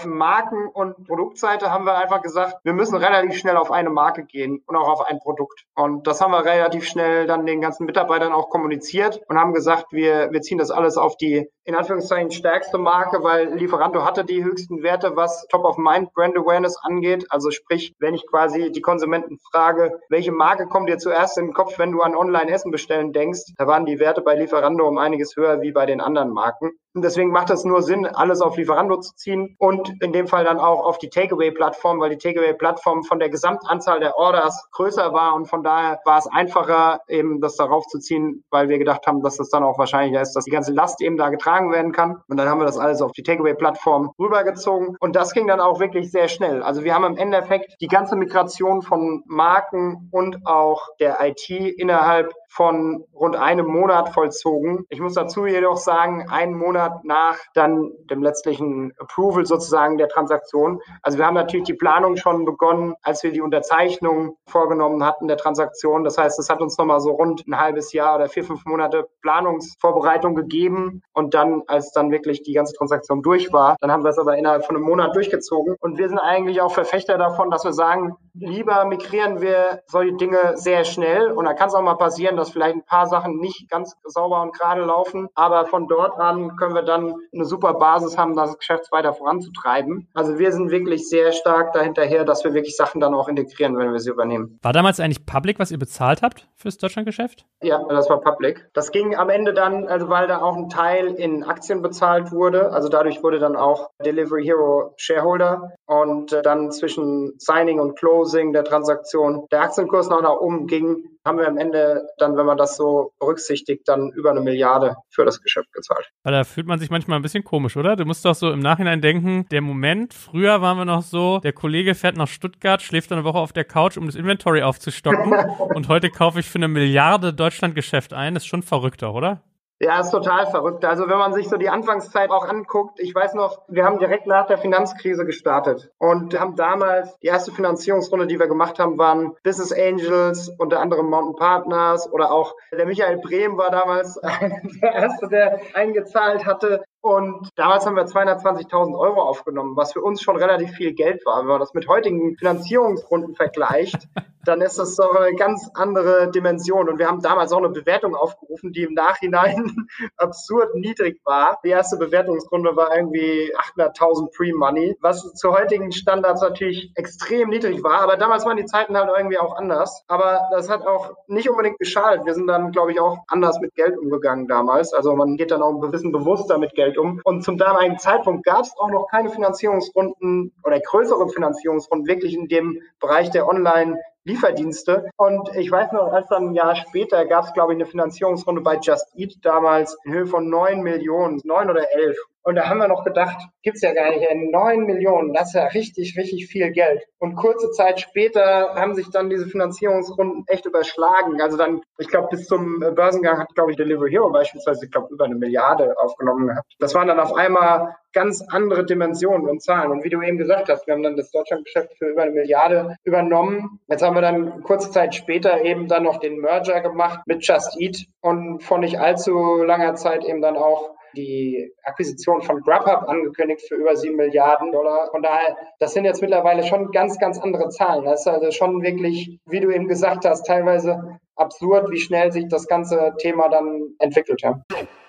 Marken- und Produktseite haben wir einfach gesagt, wir müssen relativ schnell auf eine Marke gehen und auch auf ein Produkt. Und das haben wir relativ schnell dann den ganzen Mitarbeitern auch kommuniziert und haben gesagt, wir, wir ziehen das alles auf die, in Anführungszeichen, stärkste Marke, weil Lieferando hatte die höchsten Werte, was Top-of-Mind-Brand-Awareness angeht. Also sprich, wenn ich quasi die Konsumenten frage, welche Marke kommt dir zuerst in den Kopf, wenn du an Online-Essen bestellen denkst, da waren die Werte bei Lieferando um einiges höher wie bei den anderen Marken. Und deswegen macht es nur Sinn, alles auf Lieferando zu ziehen und in dem Fall dann auch auf die Takeaway-Plattform, weil die Takeaway-Plattform von der Gesamtanzahl der Orders größer war und von daher war es einfacher, eben das darauf zu ziehen, weil wir gedacht haben, dass das dann auch wahrscheinlicher ist, dass die ganze Last eben da getragen werden kann. Und dann haben wir das alles auf die Takeaway-Plattform rübergezogen und das ging dann auch wirklich sehr schnell. Also wir haben im Endeffekt die ganze Migration von Marken und auch der I T innerhalb von rund einem Monat vollzogen. Ich muss dazu jedoch sagen, einen Monat nach dann dem letztlichen Approval sozusagen der Transaktion. Also wir haben natürlich die Planung schon begonnen, als wir die Unterzeichnung vorgenommen hatten der Transaktion. Das heißt, es hat uns nochmal so rund ein halbes Jahr oder vier, fünf Monate Planungsvorbereitung gegeben. Und dann, als dann wirklich die ganze Transaktion durch war, dann haben wir es aber innerhalb von einem Monat durchgezogen. Und wir sind eigentlich auch Verfechter davon, dass wir sagen, lieber migrieren wir solche Dinge sehr schnell. Und da kann es auch mal passieren, dass vielleicht ein paar Sachen nicht ganz sauber und gerade laufen. Aber von dort an können wir dann eine super Basis haben, das Geschäft weiter voranzutreiben. Also wir sind wirklich sehr stark dahinterher, dass wir wirklich Sachen dann auch integrieren, wenn wir sie übernehmen. War damals eigentlich public, was ihr bezahlt habt fürs Deutschlandgeschäft? Ja, das war public. Das ging am Ende dann, also weil da auch ein Teil in Aktien bezahlt wurde. Also dadurch wurde dann auch Delivery Hero Shareholder. Und dann zwischen Signing und Closing der Transaktion der Aktienkurs noch nach oben ging, haben wir am Ende dann, wenn man das so berücksichtigt, dann über eine Milliarde für das Geschäft gezahlt. Aber da fühlt man sich manchmal ein bisschen komisch, oder? Du musst doch so im Nachhinein denken, der Moment, früher waren wir noch so, der Kollege fährt nach Stuttgart, schläft eine Woche auf der Couch, um das Inventory aufzustocken und heute kaufe ich für eine Milliarde Deutschlandgeschäft ein. Das ist schon verrückter, oder? Ja, ist total verrückt. Also wenn man sich so die Anfangszeit auch anguckt, ich weiß noch, wir haben direkt nach der Finanzkrise gestartet und haben damals, die erste Finanzierungsrunde, die wir gemacht haben, waren Business Angels, unter anderem Mountain Partners oder auch der Michael Brehm war damals der Erste, der eingezahlt hatte. Und damals haben wir zweihundertzwanzigtausend Euro aufgenommen, was für uns schon relativ viel Geld war. Wenn man das mit heutigen Finanzierungsrunden vergleicht, dann ist das so eine ganz andere Dimension. Und wir haben damals auch eine Bewertung aufgerufen, die im Nachhinein absurd niedrig war. Die erste Bewertungsrunde war irgendwie achthunderttausend Pre-Money, was zu heutigen Standards natürlich extrem niedrig war. Aber damals waren die Zeiten halt irgendwie auch anders. Aber das hat auch nicht unbedingt geschadet. Wir sind dann, glaube ich, auch anders mit Geld umgegangen damals. Also man geht dann auch ein bisschen bewusster mit Geld um. Und zum damaligen Zeitpunkt gab es auch noch keine Finanzierungsrunden oder größere Finanzierungsrunden wirklich in dem Bereich der Online-Lieferdienste. Und ich weiß noch, als dann ein Jahr später gab es, glaube ich, eine Finanzierungsrunde bei Just Eat damals in Höhe von neun Millionen, neun oder elf. Und da haben wir noch gedacht, gibt's ja gar nicht, neun Millionen, das ist ja richtig, richtig viel Geld. Und kurze Zeit später haben sich dann diese Finanzierungsrunden echt überschlagen. Also dann, ich glaube, bis zum Börsengang hat, glaube ich, Delivery Hero beispielsweise, ich glaube, über eine Milliarde aufgenommen gehabt. Das waren dann auf einmal ganz andere Dimensionen und Zahlen. Und wie du eben gesagt hast, wir haben dann das Deutschlandgeschäft für über eine Milliarde übernommen. Jetzt haben wir dann kurze Zeit später eben dann noch den Merger gemacht mit Just Eat und vor nicht allzu langer Zeit eben dann auch die Akquisition von Grubhub angekündigt für über sieben Milliarden Dollar. Von daher, das sind jetzt mittlerweile schon ganz, ganz andere Zahlen. Das ist also schon wirklich, wie du eben gesagt hast, teilweise absurd, wie schnell sich das ganze Thema dann entwickelt hat.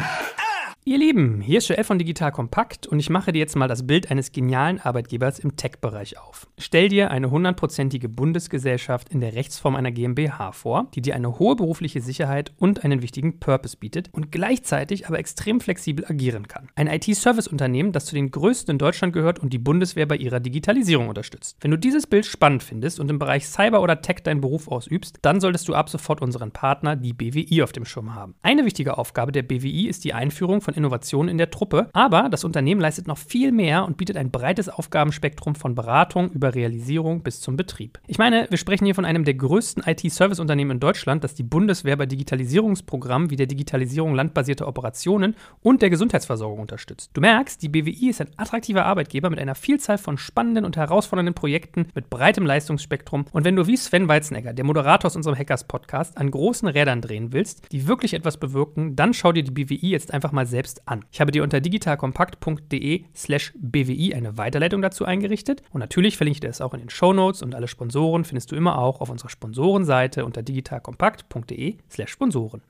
Ihr Lieben, hier ist Joel von Digital Kompakt und ich mache dir jetzt mal das Bild eines genialen Arbeitgebers im Tech-Bereich auf. Stell dir eine hundertprozentige Bundesgesellschaft in der Rechtsform einer GmbH vor, die dir eine hohe berufliche Sicherheit und einen wichtigen Purpose bietet und gleichzeitig aber extrem flexibel agieren kann. Ein I T-Service-Unternehmen, das zu den größten in Deutschland gehört und die Bundeswehr bei ihrer Digitalisierung unterstützt. Wenn du dieses Bild spannend findest und im Bereich Cyber oder Tech deinen Beruf ausübst, dann solltest du ab sofort unseren Partner, die B W I, auf dem Schirm haben. Eine wichtige Aufgabe der B W I ist die Einführung von Innovationen in der Truppe, aber das Unternehmen leistet noch viel mehr und bietet ein breites Aufgabenspektrum von Beratung über Realisierung bis zum Betrieb. Ich meine, wir sprechen hier von einem der größten I T-Service-Unternehmen in Deutschland, das die Bundeswehr bei Digitalisierungsprogrammen wie der Digitalisierung landbasierter Operationen und der Gesundheitsversorgung unterstützt. Du merkst, die B W I ist ein attraktiver Arbeitgeber mit einer Vielzahl von spannenden und herausfordernden Projekten mit breitem Leistungsspektrum und wenn du wie Sven Weizenegger, der Moderator aus unserem Hackers-Podcast, an großen Rädern drehen willst, die wirklich etwas bewirken, dann schau dir die B W I jetzt einfach mal selbst selbst an. Ich habe dir unter digitalkompakt.de slash bwi eine Weiterleitung dazu eingerichtet und natürlich verlinke ich dir das auch in den Shownotes und alle Sponsoren findest du immer auch auf unserer Sponsorenseite unter digitalkompakt.de slash Sponsoren.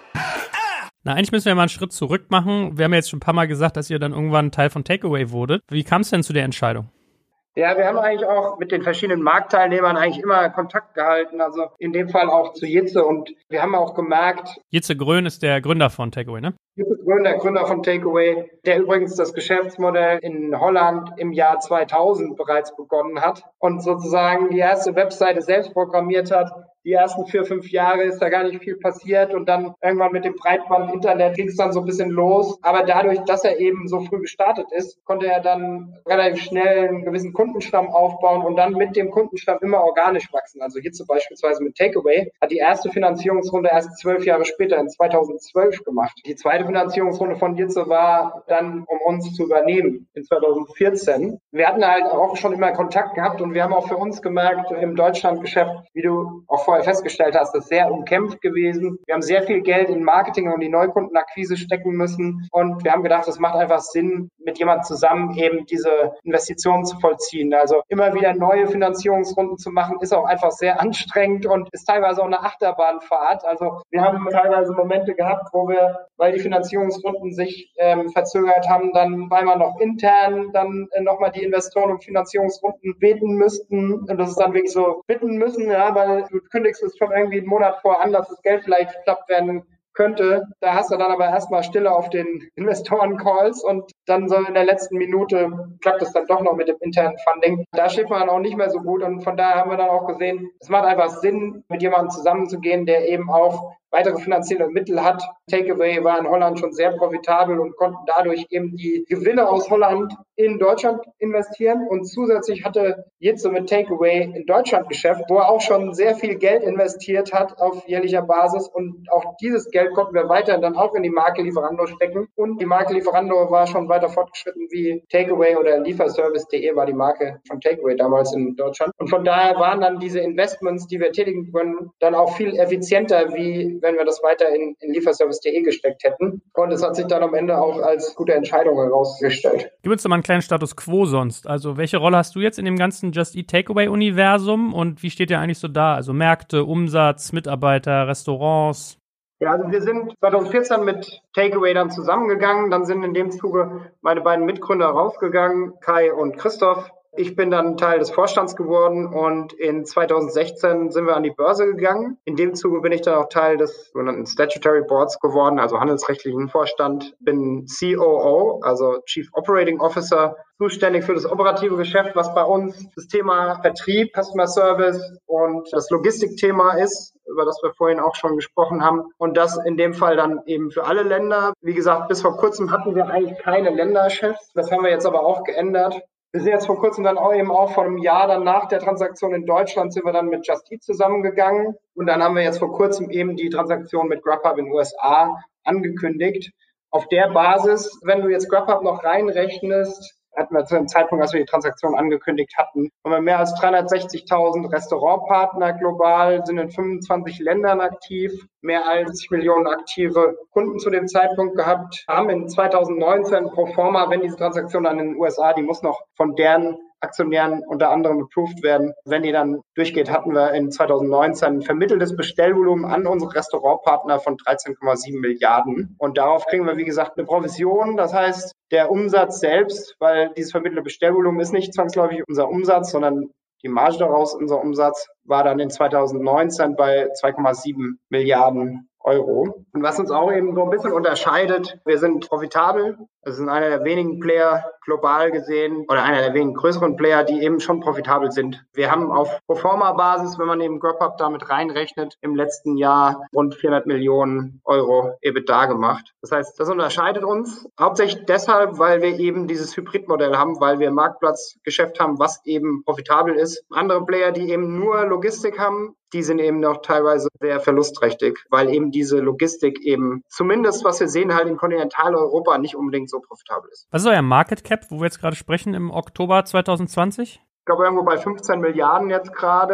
Na, eigentlich müssen wir mal einen Schritt zurück machen. Wir haben ja jetzt schon ein paar Mal gesagt, dass ihr dann irgendwann Teil von Takeaway wurdet. Wie kam es denn zu der Entscheidung? Ja, wir haben eigentlich auch mit den verschiedenen Marktteilnehmern eigentlich immer Kontakt gehalten, also in dem Fall auch zu Jitze und wir haben auch gemerkt... Jitze Grön ist der Gründer von Takeaway, ne? Jitze Grön, der Gründer von Takeaway, der übrigens das Geschäftsmodell in Holland im Jahr zweitausend bereits begonnen hat und sozusagen die erste Webseite selbst programmiert hat. Die ersten vier, fünf Jahre ist da gar nicht viel passiert und dann irgendwann mit dem Breitband-Internet ging es dann so ein bisschen los. Aber dadurch, dass er eben so früh gestartet ist, konnte er dann relativ schnell einen gewissen Kundenstamm aufbauen und dann mit dem Kundenstamm immer organisch wachsen. Also Jitze beispielsweise mit Takeaway hat die erste Finanzierungsrunde erst zwölf Jahre später in zweitausendzwölf gemacht. Die zweite Finanzierungsrunde von Jitze war dann, um uns zu übernehmen, in zweitausendvierzehn. Wir hatten halt auch schon immer Kontakt gehabt und wir haben auch für uns gemerkt, im Deutschlandgeschäft, wie du auch vorher festgestellt hast, ist sehr umkämpft gewesen. Wir haben sehr viel Geld in Marketing und die Neukundenakquise stecken müssen und wir haben gedacht, es macht einfach Sinn, mit jemandem zusammen eben diese Investitionen zu vollziehen. Also immer wieder neue Finanzierungsrunden zu machen, ist auch einfach sehr anstrengend und ist teilweise auch eine Achterbahnfahrt. Also wir haben teilweise Momente gehabt, wo wir, weil die Finanzierungsrunden sich ähm, verzögert haben, dann einmal noch intern dann äh, nochmal die Investoren um Finanzierungsrunden beten müssten und das ist dann wirklich so bitten müssen, ja, weil du kündigst es schon irgendwie einen Monat vor an, dass das Geld vielleicht klappt werden könnte. Da hast du dann aber erstmal Stille auf den Investoren-Calls und dann so in der letzten Minute klappt es dann doch noch mit dem internen Funding. Da steht man dann auch nicht mehr so gut und von daher haben wir dann auch gesehen, es macht einfach Sinn, mit jemandem zusammenzugehen, der eben auch weitere finanzielle Mittel hat. Takeaway war in Holland schon sehr profitabel und konnten dadurch eben die Gewinne aus Holland in Deutschland investieren. Und zusätzlich hatte Jitze mit Takeaway in Deutschland Geschäft, wo er auch schon sehr viel Geld investiert hat auf jährlicher Basis. Und auch dieses Geld konnten wir weiterhin dann auch in die Marke Lieferando stecken. Und die Marke Lieferando war schon weiter fortgeschritten wie Takeaway oder Lieferservice punkt de war die Marke von Takeaway damals in Deutschland. Und von daher waren dann diese Investments, die wir tätigen können, dann auch viel effizienter, wie wenn wir das weiter in, in Lieferservice punkt de gesteckt hätten. Und es hat sich dann am Ende auch als gute Entscheidung herausgestellt. Gib uns doch mal einen kleinen Status Quo sonst. Also welche Rolle hast du jetzt in dem ganzen Just Eat Takeaway-Universum und wie steht ihr eigentlich so da? Also Märkte, Umsatz, Mitarbeiter, Restaurants? Ja, also wir sind zweitausendvierzehn mit Takeaway dann zusammengegangen. Dann sind in dem Zuge meine beiden Mitgründer rausgegangen, Kai und Christoph. Ich bin dann Teil des Vorstands geworden und in zweitausendsechzehn sind wir an die Börse gegangen. In dem Zuge bin ich dann auch Teil des sogenannten Statutory Boards geworden, also handelsrechtlichen Vorstand. Bin C O O, also Chief Operating Officer, zuständig für das operative Geschäft, was bei uns das Thema Vertrieb, Customer Service und das Logistikthema ist, über das wir vorhin auch schon gesprochen haben. Und das in dem Fall dann eben für alle Länder. Wie gesagt, bis vor kurzem hatten wir eigentlich keine Länderchefs. Das haben wir jetzt aber auch geändert. Wir sind jetzt vor kurzem dann auch eben auch vor einem Jahr dann nach der Transaktion in Deutschland sind wir dann mit Just Eat zusammengegangen und dann haben wir jetzt vor kurzem eben die Transaktion mit Grubhub in den U S A angekündigt. Auf der Basis, wenn du jetzt Grubhub noch reinrechnest, hatten wir zu dem Zeitpunkt, als wir die Transaktion angekündigt hatten, haben wir mehr als dreihundertsechzigtausend Restaurantpartner global, sind in fünfundzwanzig Ländern aktiv, mehr als siebzig Millionen aktive Kunden zu dem Zeitpunkt gehabt, haben in zweitausendneunzehn pro forma, wenn diese Transaktion dann in den U S A, die muss noch von deren Aktionären unter anderem approved werden. Wenn die dann durchgeht, hatten wir in zweitausendneunzehn ein vermitteltes Bestellvolumen an unsere Restaurantpartner von dreizehn Komma sieben Milliarden. Und darauf kriegen wir, wie gesagt, eine Provision. Das heißt, der Umsatz selbst, weil dieses vermittelte Bestellvolumen ist nicht zwangsläufig unser Umsatz, sondern die Marge daraus, unser Umsatz, war dann in zweitausendneunzehn bei zwei Komma sieben Milliarden Euro. Und was uns auch eben so ein bisschen unterscheidet, wir sind profitabel. Wir sind einer der wenigen Player global gesehen oder einer der wenigen größeren Player, die eben schon profitabel sind. Wir haben auf Proforma-Basis, wenn man eben Grubhub damit reinrechnet, im letzten Jahr rund vierhundert Millionen Euro EBITDA gemacht. Das heißt, das unterscheidet uns hauptsächlich deshalb, weil wir eben dieses Hybridmodell haben, weil wir Marktplatzgeschäft haben, was eben profitabel ist. Andere Player, die eben nur Logistik haben, die sind eben noch teilweise sehr verlustträchtig, weil eben diese Logistik eben, zumindest was wir sehen, halt in Kontinentaleuropa nicht unbedingt so profitabel ist. Was ist euer Market Cap, wo wir jetzt gerade sprechen, im Oktober zweitausendzwanzig? Ich glaube, irgendwo bei fünfzehn Milliarden jetzt gerade.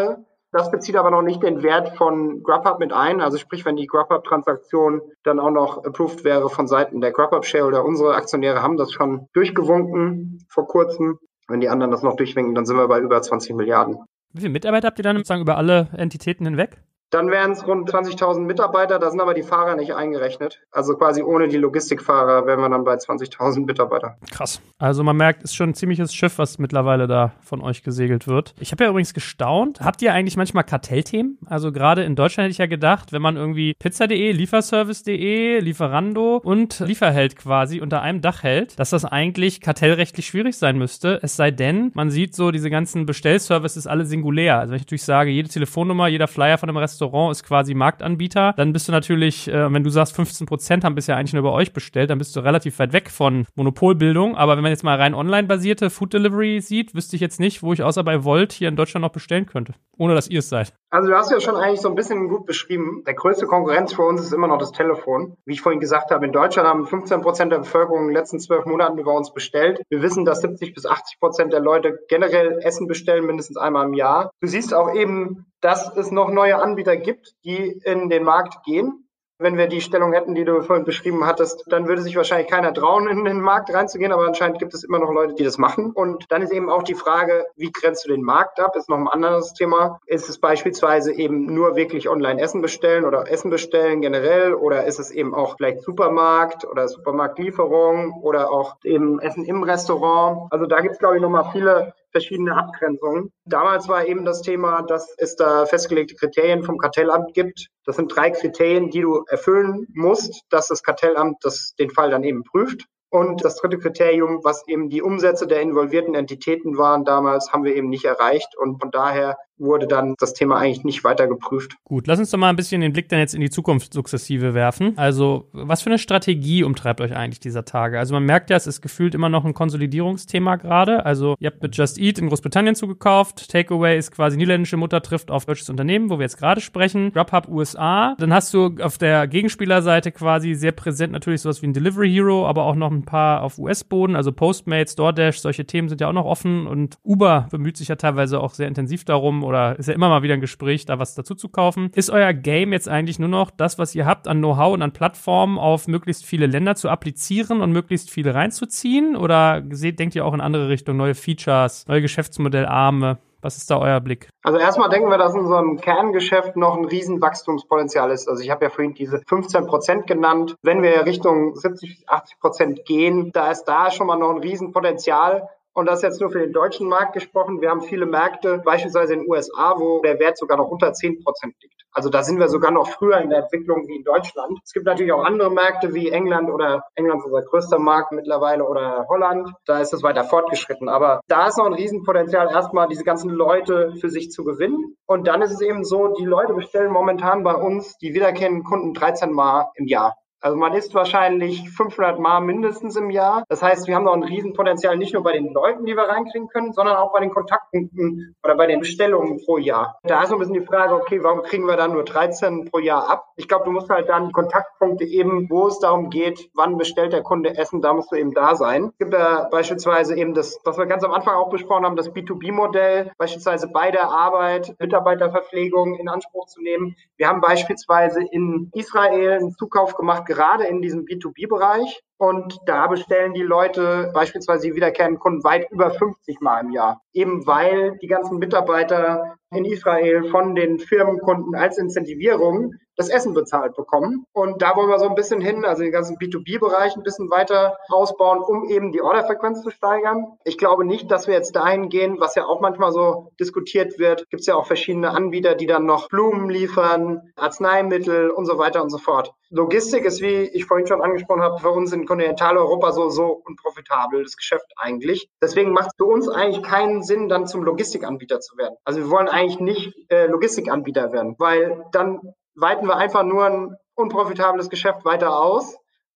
Das bezieht aber noch nicht den Wert von Grubhub mit ein. Also sprich, wenn die Grubhub-Transaktion dann auch noch approved wäre von Seiten der Grubhub-Shareholder. Unsere Aktionäre haben das schon durchgewunken vor kurzem. Wenn die anderen das noch durchwinken, dann sind wir bei über zwanzig Milliarden. Wie viele Mitarbeiter habt ihr dann sozusagen über alle Entitäten hinweg? Dann wären es rund zwanzigtausend Mitarbeiter, da sind aber die Fahrer nicht eingerechnet. Also quasi ohne die Logistikfahrer wären wir dann bei zwanzigtausend Mitarbeiter. Krass. Also man merkt, es ist schon ein ziemliches Schiff, was mittlerweile da von euch gesegelt wird. Ich habe ja übrigens gestaunt. Habt ihr eigentlich manchmal Kartellthemen? Also gerade in Deutschland hätte ich ja gedacht, wenn man irgendwie pizza punkt de, lieferservice punkt de, Lieferando und Lieferheld quasi unter einem Dach hält, dass das eigentlich kartellrechtlich schwierig sein müsste. Es sei denn, man sieht so diese ganzen Bestellservices alle singulär. Also wenn ich natürlich sage, jede Telefonnummer, jeder Flyer von einem Restaurant ist quasi Marktanbieter, dann bist du natürlich, äh, wenn du sagst, fünfzehn Prozent haben bisher eigentlich nur bei euch bestellt, dann bist du relativ weit weg von Monopolbildung. Aber wenn man jetzt mal rein online-basierte Food Delivery sieht, wüsste ich jetzt nicht, wo ich außer bei Volt hier in Deutschland noch bestellen könnte, ohne dass ihr es seid. Also du hast ja schon eigentlich so ein bisschen gut beschrieben. Der größte Konkurrenz für uns ist immer noch das Telefon. Wie ich vorhin gesagt habe, in Deutschland haben fünfzehn Prozent der Bevölkerung in den letzten zwölf Monaten über uns bestellt. Wir wissen, dass siebzig bis achtzig Prozent der Leute generell Essen bestellen, mindestens einmal im Jahr. Du siehst auch eben, dass es noch neue Anbieter gibt, die in den Markt gehen. Wenn wir die Stellung hätten, die du vorhin beschrieben hattest, dann würde sich wahrscheinlich keiner trauen, in den Markt reinzugehen, aber anscheinend gibt es immer noch Leute, die das machen. Und dann ist eben auch die Frage, wie grenzt du den Markt ab? Ist noch ein anderes Thema. Ist es beispielsweise eben nur wirklich online Essen bestellen oder Essen bestellen generell? Oder ist es eben auch vielleicht Supermarkt oder Supermarktlieferung oder auch eben Essen im Restaurant? Also da gibt es, glaube ich, nochmal viele verschiedene Abgrenzungen. Damals war eben das Thema, dass es da festgelegte Kriterien vom Kartellamt gibt. Das sind drei Kriterien, die du erfüllen musst, dass das Kartellamt das, den Fall dann eben prüft. Und das dritte Kriterium, was eben die Umsätze der involvierten Entitäten waren damals, haben wir eben nicht erreicht. Und von daher wurde dann das Thema eigentlich nicht weiter geprüft. Gut, lass uns doch mal ein bisschen den Blick dann jetzt in die Zukunft sukzessive werfen. Also, was für eine Strategie umtreibt euch eigentlich dieser Tage? Also man merkt ja, es ist gefühlt immer noch ein Konsolidierungsthema gerade. Also ihr habt mit Just Eat in Großbritannien zugekauft. Takeaway ist quasi niederländische Mutter trifft auf deutsches Unternehmen, wo wir jetzt gerade sprechen. Grubhub U S A. Dann hast du auf der Gegenspielerseite quasi sehr präsent natürlich sowas wie ein Delivery Hero, aber auch noch ein paar auf U S-Boden, also Postmates, DoorDash, solche Themen sind ja auch noch offen und Uber bemüht sich ja teilweise auch sehr intensiv darum, oder ist ja immer mal wieder ein Gespräch, da was dazu zu kaufen. Ist euer Game jetzt eigentlich nur noch das, was ihr habt an Know-how und an Plattformen auf möglichst viele Länder zu applizieren und möglichst viele reinzuziehen? Oder seht, denkt ihr auch in andere Richtungen, neue Features, neue Geschäftsmodellarme? Was ist da euer Blick? Also erstmal denken wir, dass in unserem Kerngeschäft noch ein riesen Wachstumspotenzial ist. Also ich habe ja vorhin diese fünfzehn Prozent genannt. Wenn wir Richtung siebzig, achtzig Prozent gehen, da ist da schon mal noch ein Riesenpotenzial. Und das ist jetzt nur für den deutschen Markt gesprochen. Wir haben viele Märkte, beispielsweise in den U S A, wo der Wert sogar noch unter zehn Prozent liegt. Also da sind wir sogar noch früher in der Entwicklung wie in Deutschland. Es gibt natürlich auch andere Märkte wie England oder England ist unser größter Markt mittlerweile oder Holland. Da ist es weiter fortgeschritten. Aber da ist noch ein Riesenpotenzial, erstmal diese ganzen Leute für sich zu gewinnen. Und dann ist es eben so, die Leute bestellen momentan bei uns, die wiederkehrenden Kunden dreizehn Mal im Jahr. Also man isst wahrscheinlich fünfhundert Mal mindestens im Jahr. Das heißt, wir haben noch ein Riesenpotenzial nicht nur bei den Leuten, die wir reinkriegen können, sondern auch bei den Kontaktpunkten oder bei den Bestellungen pro Jahr. Da ist so ein bisschen die Frage, okay, warum kriegen wir dann nur dreizehn pro Jahr ab? Ich glaube, du musst halt dann Kontaktpunkte eben, wo es darum geht, wann bestellt der Kunde Essen, da musst du eben da sein. Es gibt ja beispielsweise eben das, was wir ganz am Anfang auch besprochen haben, das B zwei B-Modell, beispielsweise bei der Arbeit Mitarbeiterverpflegung in Anspruch zu nehmen. Wir haben beispielsweise in Israel einen Zukauf gemacht, gerade in diesem B zwei B-Bereich. Und da bestellen die Leute beispielsweise die wiederkehrenden Kunden weit über fünfzig Mal im Jahr. Eben weil die ganzen Mitarbeiter in Israel von den Firmenkunden als Incentivierung das Essen bezahlt bekommen. Und da wollen wir so ein bisschen hin, also den ganzen B zwei B-Bereich ein bisschen weiter ausbauen, um eben die Orderfrequenz zu steigern. Ich glaube nicht, dass wir jetzt dahin gehen, was ja auch manchmal so diskutiert wird. Gibt es ja auch verschiedene Anbieter, die dann noch Blumen liefern, Arzneimittel und so weiter und so fort. Logistik ist, wie ich vorhin schon angesprochen habe, für uns in Kontinentaleuropa so, so unprofitabel, das Geschäft eigentlich. Deswegen macht es für uns eigentlich keinen Sinn, dann zum Logistikanbieter zu werden. Also wir wollen eigentlich nicht äh, Logistikanbieter werden, weil dann weiten wir einfach nur ein unprofitables Geschäft weiter aus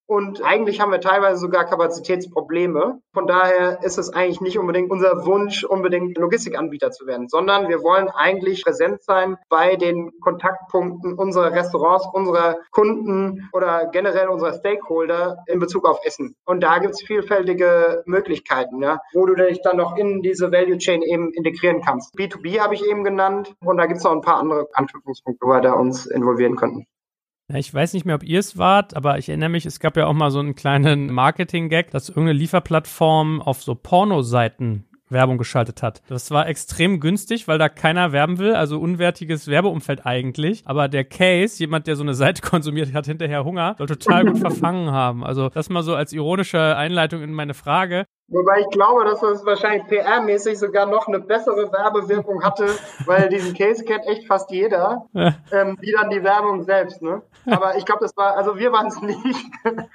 Und eigentlich haben wir teilweise sogar Kapazitätsprobleme. Von daher ist es eigentlich nicht unbedingt unser Wunsch, unbedingt Logistikanbieter zu werden, sondern wir wollen eigentlich präsent sein bei den Kontaktpunkten unserer Restaurants, unserer Kunden oder generell unserer Stakeholder in Bezug auf Essen. Und da gibt es vielfältige Möglichkeiten, ja, wo du dich dann noch in diese Value Chain eben integrieren kannst. B zwei B habe ich eben genannt und da gibt es noch ein paar andere Anknüpfungspunkte, wo wir da uns involvieren könnten. Ja, ich weiß nicht mehr, ob ihr es wart, aber ich erinnere mich, es gab ja auch mal so einen kleinen Marketing-Gag, dass irgendeine Lieferplattform auf so Pornoseiten Werbung geschaltet hat. Das war extrem günstig, weil da keiner werben will, also unwertiges Werbeumfeld eigentlich. Aber der Case, jemand, der so eine Seite konsumiert, hat hinterher Hunger, soll total gut verfangen haben. Also das mal so als ironische Einleitung in meine Frage. Wobei ich glaube, dass das wahrscheinlich P R-mäßig sogar noch eine bessere Werbewirkung hatte, weil diesen Case kennt echt fast jeder, ja. ähm, wie dann die Werbung selbst, ne? Aber ich glaube, das war, also wir waren es nicht.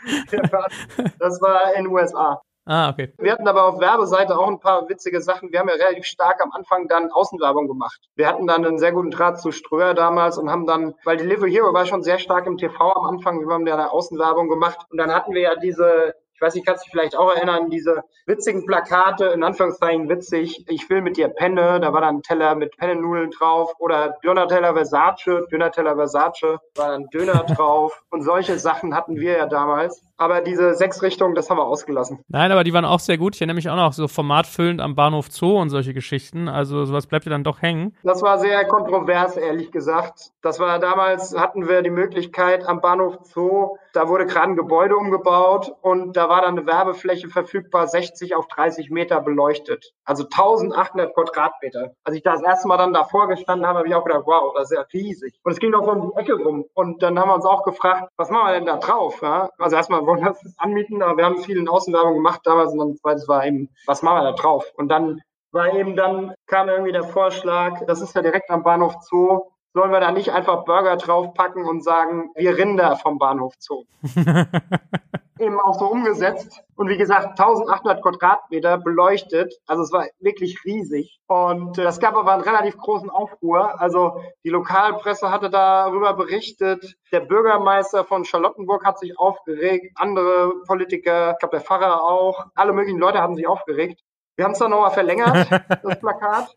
Das war in den U S A. Ah, okay. Wir hatten aber auf Werbeseite auch ein paar witzige Sachen. Wir haben ja relativ stark am Anfang dann Außenwerbung gemacht. Wir hatten dann einen sehr guten Draht zu Ströer damals und haben dann, weil Delivery Hero war schon sehr stark im T V am Anfang, wir haben ja eine Außenwerbung gemacht und dann hatten wir ja diese, ich weiß nicht, kannst du dich vielleicht auch erinnern, diese witzigen Plakate, in Anführungszeichen witzig, ich will mit dir Penne, da war dann ein Teller mit Pennennudeln drauf oder Döner-Teller Versace, Döner-Teller Versace, war dann Döner drauf und solche Sachen hatten wir ja damals. Aber diese sechs Richtungen, das haben wir ausgelassen. Nein, aber die waren auch sehr gut. Ich erinnere mich auch noch so formatfüllend am Bahnhof Zoo und solche Geschichten. Also sowas bleibt dir dann doch hängen. Das war sehr kontrovers, ehrlich gesagt. Das war damals, hatten wir die Möglichkeit am Bahnhof Zoo, da wurde gerade ein Gebäude umgebaut und da war dann eine Werbefläche verfügbar, sechzig auf dreißig Meter beleuchtet. Also eintausendachthundert Quadratmeter. Als ich da das erste Mal dann davor gestanden habe, habe ich auch gedacht, wow, das ist ja riesig. Und es ging noch so um die Ecke rum. Und dann haben wir uns auch gefragt, was machen wir denn da drauf? Ja? Also erstmal wollen wir das anmieten, aber wir haben viel in Außenwerbung gemacht damals und dann zweites war eben, was machen wir da drauf? Und dann war eben, dann kam irgendwie der Vorschlag, das ist ja direkt am Bahnhof Zoo, sollen wir da nicht einfach Burger draufpacken und sagen, wir Rinder vom Bahnhof Zoo? Eben auch so umgesetzt. Und wie gesagt, eintausendachthundert Quadratmeter beleuchtet. Also es war wirklich riesig. Und es gab aber einen relativ großen Aufruhr. Also die Lokalpresse hatte darüber berichtet. Der Bürgermeister von Charlottenburg hat sich aufgeregt. Andere Politiker, ich glaube der Pfarrer auch. Alle möglichen Leute haben sich aufgeregt. Wir haben es dann nochmal verlängert, das Plakat.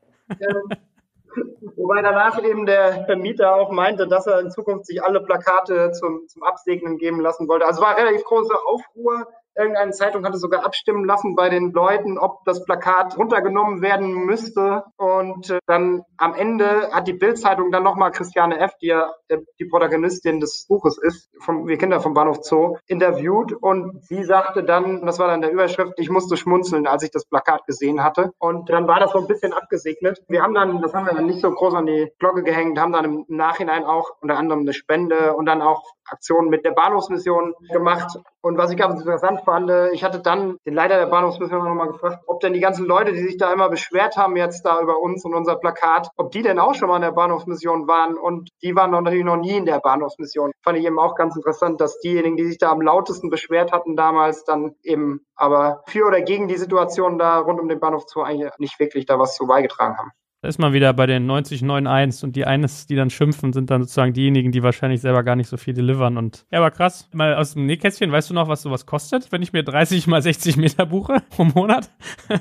Wobei danach eben der Vermieter auch meinte, dass er in Zukunft sich alle Plakate zum, zum Absegnen geben lassen wollte. Also es war relativ große Aufruhr. Irgendeine Zeitung hatte sogar abstimmen lassen bei den Leuten, ob das Plakat runtergenommen werden müsste. Und dann am Ende hat die Bild-Zeitung dann nochmal Christiane F., die ja die Protagonistin des Buches ist, vom Wir Kinder vom Bahnhof Zoo, interviewt. Und sie sagte dann, das war dann der Überschrift, ich musste schmunzeln, als ich das Plakat gesehen hatte. Und dann war das so ein bisschen abgesegnet. Wir haben dann, das haben wir dann nicht so groß an die Glocke gehängt, haben dann im Nachhinein auch unter anderem eine Spende und dann auch Aktionen mit der Bahnhofsmission gemacht. Und was ich ganz interessant fand, ich hatte dann den Leiter der Bahnhofsmission nochmal gefragt, ob denn die ganzen Leute, die sich da immer beschwert haben jetzt da über uns und unser Plakat, ob die denn auch schon mal in der Bahnhofsmission waren. Und die waren natürlich noch nie in der Bahnhofsmission. Fand ich eben auch ganz interessant, dass diejenigen, die sich da am lautesten beschwert hatten damals, dann eben aber für oder gegen die Situation da rund um den Bahnhof Zoo eigentlich nicht wirklich da was zu beigetragen haben. Da ist man wieder bei den neunzig neun eins und die eines, die dann schimpfen, sind dann sozusagen diejenigen, die wahrscheinlich selber gar nicht so viel delivern. Und ja, aber krass. Mal aus dem Nähkästchen, weißt du noch, was sowas kostet, wenn ich mir dreißig mal sechzig Meter buche pro Monat?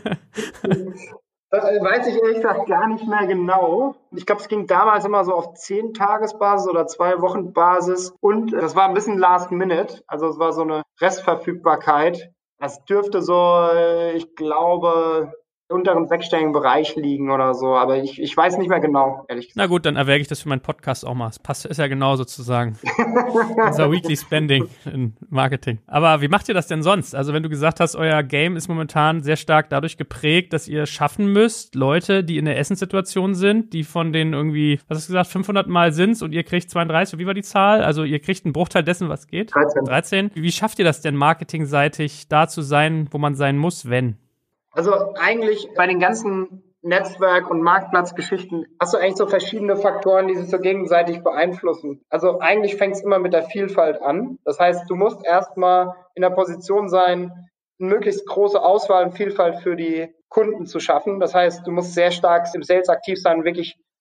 Weiß ich ehrlich gesagt gar nicht mehr genau. Ich glaube, es ging damals immer so auf zehn-Tages-Basis oder zwei-Wochen-Basis und das war ein bisschen Last Minute. Also es war so eine Restverfügbarkeit. Das dürfte so, ich glaube, unter einem sechsstelligen Bereich liegen oder so, aber ich, ich weiß nicht mehr genau, ehrlich gesagt. Na gut, dann erwäge ich das für meinen Podcast auch mal. Es passt, ist ja genau sozusagen unser Weekly Spending in Marketing. Aber wie macht ihr das denn sonst? Also wenn du gesagt hast, euer Game ist momentan sehr stark dadurch geprägt, dass ihr schaffen müsst, Leute, die in der Essenssituation sind, die von denen irgendwie, was hast du gesagt, fünfhundert Mal sind's und ihr kriegt zweiunddreißig, wie war die Zahl? Also ihr kriegt einen Bruchteil dessen, was geht? dreizehn. dreizehn. Wie schafft ihr das denn marketingseitig, da zu sein, wo man sein muss, wenn? Also eigentlich bei den ganzen Netzwerk- und Marktplatzgeschichten hast du eigentlich so verschiedene Faktoren, die sich so gegenseitig beeinflussen. Also eigentlich fängt es immer mit der Vielfalt an. Das heißt, du musst erstmal in der Position sein, eine möglichst große Auswahl und Vielfalt für die Kunden zu schaffen. Das heißt, du musst sehr stark im Sales aktiv sein, wirklich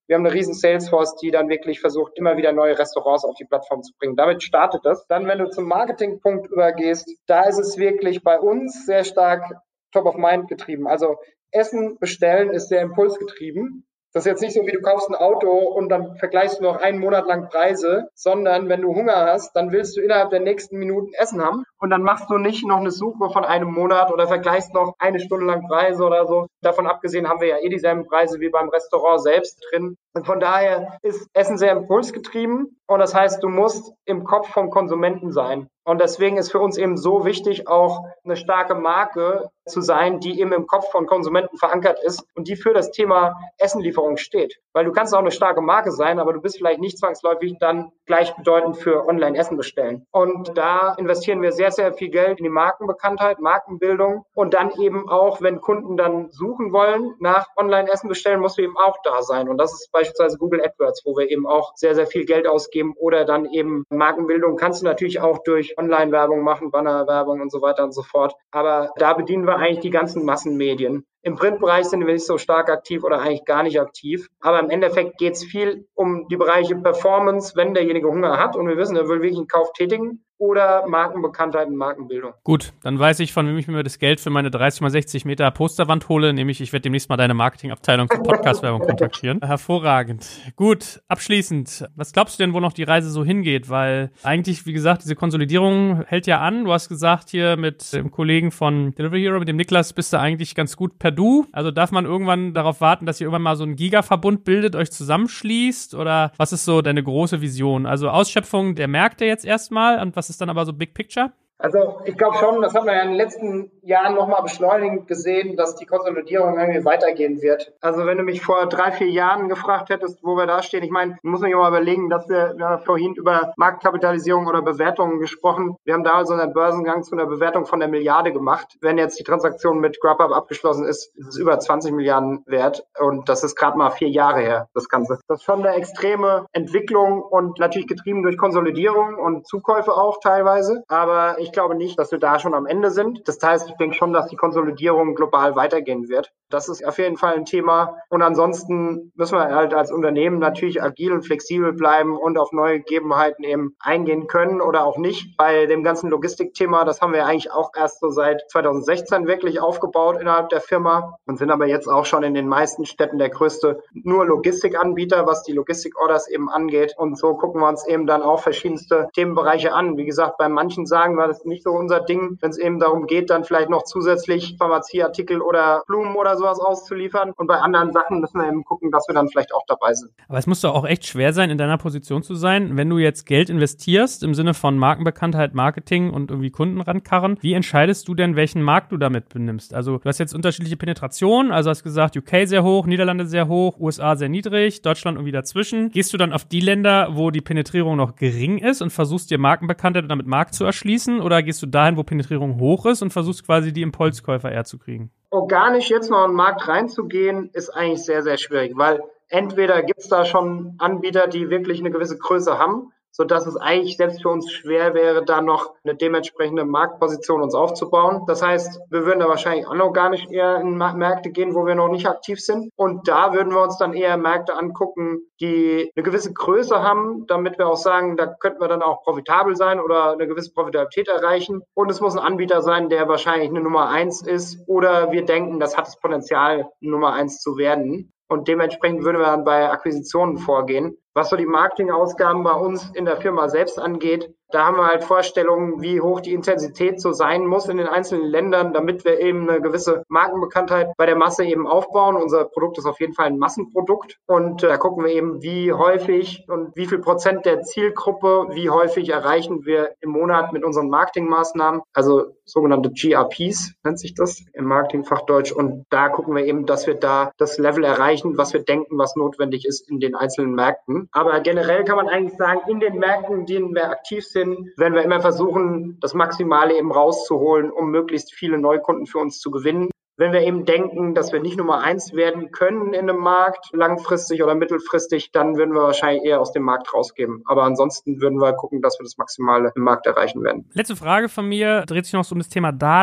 Wir haben eine riesen Salesforce, die dann wirklich versucht, immer wieder neue Restaurants auf die Plattform zu bringen. Damit startet das. Dann, wenn du zum Marketingpunkt übergehst, da ist es wirklich bei uns sehr stark Top of Mind getrieben. Also Essen bestellen ist sehr impulsgetrieben. Das ist jetzt nicht so, wie du kaufst ein Auto und dann vergleichst du noch einen Monat lang Preise, sondern wenn du Hunger hast, dann willst du innerhalb der nächsten Minuten Essen haben und dann machst du nicht noch eine Suche von einem Monat oder vergleichst noch eine Stunde lang Preise oder so. Davon abgesehen haben wir ja eh dieselben Preise wie beim Restaurant selbst drin. Und von daher ist Essen sehr impulsgetrieben und das heißt, du musst im Kopf vom Konsumenten sein. Und deswegen ist für uns eben so wichtig, auch eine starke Marke zu sein, die eben im Kopf von Konsumenten verankert ist und die für das Thema Essenlieferung steht. Weil du kannst auch eine starke Marke sein, aber du bist vielleicht nicht zwangsläufig dann gleichbedeutend für Online-Essen bestellen. Und da investieren wir sehr, sehr viel Geld in die Markenbekanntheit, Markenbildung und dann eben auch, wenn Kunden dann suchen wollen nach Online-Essen bestellen, musst du eben auch da sein. Und das ist beispielsweise Google AdWords, wo wir eben auch sehr, sehr viel Geld ausgeben oder dann eben Markenbildung kannst du natürlich auch durch Online-Werbung machen, Bannerwerbung und so weiter und so fort. Aber da bedienen wir eigentlich die ganzen Massenmedien. Im Printbereich sind wir nicht so stark aktiv oder eigentlich gar nicht aktiv. Aber im Endeffekt geht es viel um die Bereiche Performance, wenn derjenige Hunger hat und wir wissen, er will wirklich einen Kauf tätigen, oder Markenbekanntheit und Markenbildung. Gut, dann weiß ich, von wem ich mir das Geld für meine dreißig mal sechzig Meter Posterwand hole, nämlich ich werde demnächst mal deine Marketingabteilung für Podcast-Werbung kontaktieren. Hervorragend. Gut, abschließend, was glaubst du denn, wo noch die Reise so hingeht? Weil eigentlich, wie gesagt, diese Konsolidierung hält ja an. Du hast gesagt, hier mit dem Kollegen von Delivery Hero, mit dem Niklas, bist du eigentlich ganz gut per Du. Also darf man irgendwann darauf warten, dass ihr irgendwann mal so einen Giga-Verbund bildet, euch zusammenschließt? Oder was ist so deine große Vision? Also Ausschöpfung der Märkte jetzt erstmal und was ist dann aber so Big Picture? Also ich glaube schon, das haben wir ja in den letzten Jahren nochmal beschleunigend gesehen, dass die Konsolidierung irgendwie weitergehen wird. Also wenn du mich vor drei, vier Jahren gefragt hättest, wo wir da stehen, ich meine, muss man ja mal überlegen, dass wir, wir haben vorhin über Marktkapitalisierung oder Bewertungen gesprochen. Wir haben da also einen Börsengang zu einer Bewertung von der Milliarde gemacht. Wenn jetzt die Transaktion mit Grubhub abgeschlossen ist, ist es über zwanzig Milliarden wert und das ist gerade mal vier Jahre her, das Ganze. Das ist schon eine extreme Entwicklung und natürlich getrieben durch Konsolidierung und Zukäufe auch teilweise, aber ich Ich glaube nicht, dass wir da schon am Ende sind. Das heißt, ich denke schon, dass die Konsolidierung global weitergehen wird. Das ist auf jeden Fall ein Thema. Und ansonsten müssen wir halt als Unternehmen natürlich agil und flexibel bleiben und auf neue Gegebenheiten eben eingehen können oder auch nicht. Bei dem ganzen Logistikthema, das haben wir eigentlich auch erst so seit zwanzig sechzehn wirklich aufgebaut innerhalb der Firma und sind aber jetzt auch schon in den meisten Städten der größte nur Logistikanbieter, was die Logistik-Orders eben angeht. Und so gucken wir uns eben dann auch verschiedenste Themenbereiche an. Wie gesagt, bei manchen sagen wir, das ist nicht so unser Ding, wenn es eben darum geht, dann vielleicht noch zusätzlich Pharmazieartikel oder Blumen oder sowas auszuliefern. Und bei anderen Sachen müssen wir eben gucken, dass wir dann vielleicht auch dabei sind. Aber es muss doch auch echt schwer sein, in deiner Position zu sein, wenn du jetzt Geld investierst im Sinne von Markenbekanntheit, Marketing und irgendwie Kunden rankarren. Wie entscheidest du denn, welchen Markt du damit benimmst? Also du hast jetzt unterschiedliche Penetrationen, also hast gesagt, U K sehr hoch, Niederlande sehr hoch, U S A sehr niedrig, Deutschland irgendwie dazwischen. Gehst du dann auf die Länder, wo die Penetrierung noch gering ist und versuchst dir Markenbekanntheit und damit Markt zu erschließen? Oder gehst du dahin, wo Penetrierung hoch ist und versuchst quasi die Impulskäufer eher zu kriegen? Organisch jetzt noch in den Markt reinzugehen, ist eigentlich sehr, sehr schwierig, weil entweder gibt es da schon Anbieter, die wirklich eine gewisse Größe haben, sodass es eigentlich selbst für uns schwer wäre, da noch eine dementsprechende Marktposition uns aufzubauen. Das heißt, wir würden da wahrscheinlich anorganisch eher in Märkte gehen, wo wir noch nicht aktiv sind. Und da würden wir uns dann eher Märkte angucken, die eine gewisse Größe haben, damit wir auch sagen, da könnten wir dann auch profitabel sein oder eine gewisse Profitabilität erreichen. Und es muss ein Anbieter sein, der wahrscheinlich eine Nummer eins ist oder wir denken, das hat das Potenzial, Nummer eins zu werden. Und dementsprechend würden wir dann bei Akquisitionen vorgehen. Was so die Marketingausgaben bei uns in der Firma selbst angeht, da haben wir halt Vorstellungen, wie hoch die Intensität so sein muss in den einzelnen Ländern, damit wir eben eine gewisse Markenbekanntheit bei der Masse eben aufbauen. Unser Produkt ist auf jeden Fall ein Massenprodukt und äh, da gucken wir eben, wie häufig und wie viel Prozent der Zielgruppe, wie häufig erreichen wir im Monat mit unseren Marketingmaßnahmen, also sogenannte G R Ps nennt sich das im Marketingfachdeutsch, und da gucken wir eben, dass wir da das Level erreichen, was wir denken, was notwendig ist in den einzelnen Märkten. Aber generell kann man eigentlich sagen, in den Märkten, in denen wir aktiv sind, werden wir immer versuchen, das Maximale eben rauszuholen, um möglichst viele Neukunden für uns zu gewinnen. Wenn wir eben denken, dass wir nicht Nummer eins werden können in einem Markt, langfristig oder mittelfristig, dann würden wir wahrscheinlich eher aus dem Markt rausgeben. Aber ansonsten würden wir gucken, dass wir das Maximale im Markt erreichen werden. Letzte Frage von mir dreht sich noch so um das Thema Daten.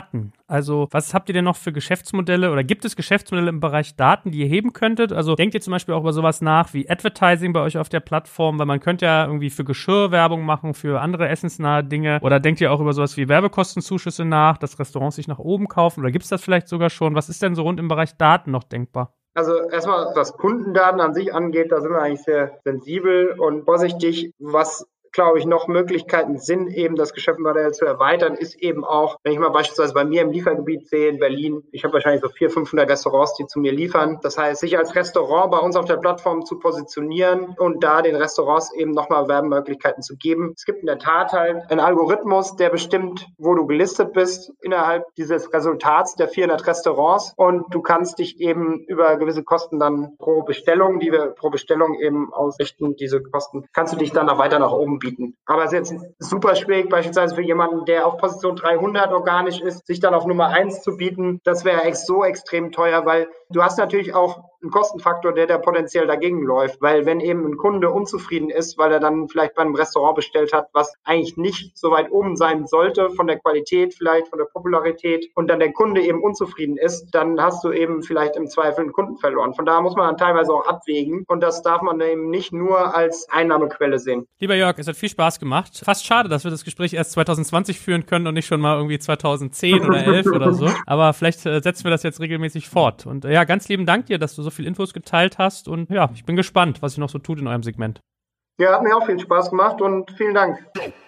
Also was habt ihr denn noch für Geschäftsmodelle oder gibt es Geschäftsmodelle im Bereich Daten, die ihr heben könntet? Also denkt ihr zum Beispiel auch über sowas nach wie Advertising bei euch auf der Plattform, weil man könnte ja irgendwie für Geschirr Werbung machen, für andere essensnahe Dinge, oder denkt ihr auch über sowas wie Werbekostenzuschüsse nach, dass Restaurants sich nach oben kaufen, oder gibt es das vielleicht sogar schon? Was ist denn so rund im Bereich Daten noch denkbar? Also erstmal, was Kundendaten an sich angeht, da sind wir eigentlich sehr sensibel und vorsichtig. Was, glaube ich, noch Möglichkeiten sind, eben das Geschäftsmodell zu erweitern, ist eben auch, wenn ich mal beispielsweise bei mir im Liefergebiet sehe in Berlin, ich habe wahrscheinlich so vierhundert, fünfhundert Restaurants, die zu mir liefern. Das heißt, sich als Restaurant bei uns auf der Plattform zu positionieren und da den Restaurants eben nochmal Werbemöglichkeiten zu geben. Es gibt in der Tat halt einen Algorithmus, der bestimmt, wo du gelistet bist innerhalb dieses Resultats der vierhundert Restaurants, und du kannst dich eben über gewisse Kosten dann pro Bestellung, die wir pro Bestellung eben ausrichten, diese Kosten, kannst du dich dann noch weiter nach oben bieten. Aber es ist jetzt super schwierig, beispielsweise für jemanden, der auf Position dreihundert organisch ist, sich dann auf Nummer eins zu bieten. Das wäre echt so extrem teuer, weil du hast natürlich auch einen Kostenfaktor, der da potenziell dagegen läuft. Weil wenn eben ein Kunde unzufrieden ist, weil er dann vielleicht bei einem Restaurant bestellt hat, was eigentlich nicht so weit oben sein sollte, von der Qualität, vielleicht von der Popularität, und dann der Kunde eben unzufrieden ist, dann hast du eben vielleicht im Zweifel einen Kunden verloren. Von daher muss man dann teilweise auch abwägen, und das darf man eben nicht nur als Einnahmequelle sehen. Lieber Jörg, es hat viel Spaß gemacht. Fast schade, dass wir das Gespräch erst zwanzig zwanzig führen können und nicht schon mal irgendwie zwanzig zehn oder elf oder so. Aber vielleicht äh, setzen wir das jetzt regelmäßig fort. Und äh, ja, ganz lieben Dank dir, dass du so viel Infos geteilt hast. Und ja, ich bin gespannt, was sich noch so tut in eurem Segment. Ja, hat mir auch viel Spaß gemacht und vielen Dank.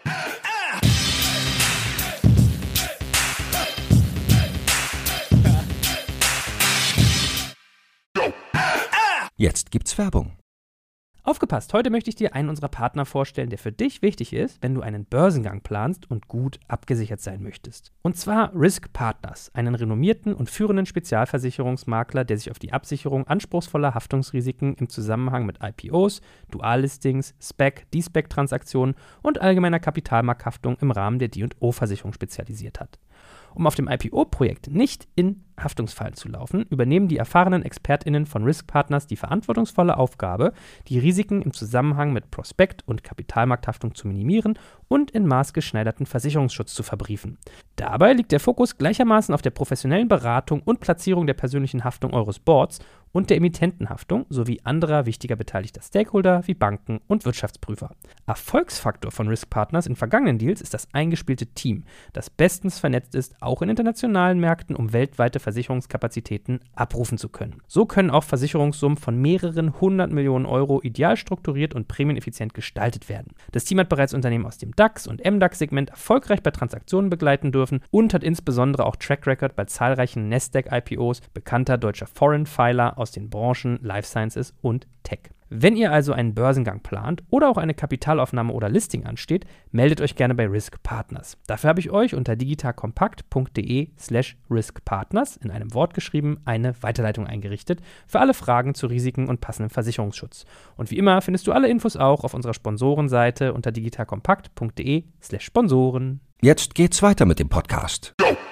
Jetzt gibt's Werbung. Aufgepasst, heute möchte ich dir einen unserer Partner vorstellen, der für dich wichtig ist, wenn du einen Börsengang planst und gut abgesichert sein möchtest. Und zwar Risk Partners, einen renommierten und führenden Spezialversicherungsmakler, der sich auf die Absicherung anspruchsvoller Haftungsrisiken im Zusammenhang mit I P Os, Duallistings, Spec, De-Spec-Transaktionen und allgemeiner Kapitalmarkthaftung im Rahmen der D und O-Versicherung spezialisiert hat. Um auf dem I P O-Projekt nicht in Haftungsfallen zu laufen, übernehmen die erfahrenen ExpertInnen von Risk Partners die verantwortungsvolle Aufgabe, die Risiken im Zusammenhang mit Prospekt- und Kapitalmarkthaftung zu minimieren und in maßgeschneiderten Versicherungsschutz zu verbriefen. Dabei liegt der Fokus gleichermaßen auf der professionellen Beratung und Platzierung der persönlichen Haftung eures Boards und der Emittentenhaftung sowie anderer wichtiger beteiligter Stakeholder wie Banken und Wirtschaftsprüfer. Erfolgsfaktor von Risk Partners in vergangenen Deals ist das eingespielte Team, das bestens vernetzt ist, auch in internationalen Märkten, um weltweite Versicherungskapazitäten abrufen zu können. So können auch Versicherungssummen von mehreren hundert Millionen Euro ideal strukturiert und prämieneffizient gestaltet werden. Das Team hat bereits Unternehmen aus dem DAX- und M DAX-Segment erfolgreich bei Transaktionen begleiten dürfen und hat insbesondere auch Track Record bei zahlreichen Nasdaq-I P Os bekannter deutscher Foreign Filer aus den Branchen Life Sciences und Tech. Wenn ihr also einen Börsengang plant oder auch eine Kapitalaufnahme oder Listing ansteht, meldet euch gerne bei Risk Partners. Dafür habe ich euch unter digitalkompakt.de slash riskpartners in einem Wort geschrieben eine Weiterleitung eingerichtet für alle Fragen zu Risiken und passendem Versicherungsschutz. Und wie immer findest du alle Infos auch auf unserer Sponsorenseite unter digitalkompakt.de slash Sponsoren. Jetzt geht's weiter mit dem Podcast.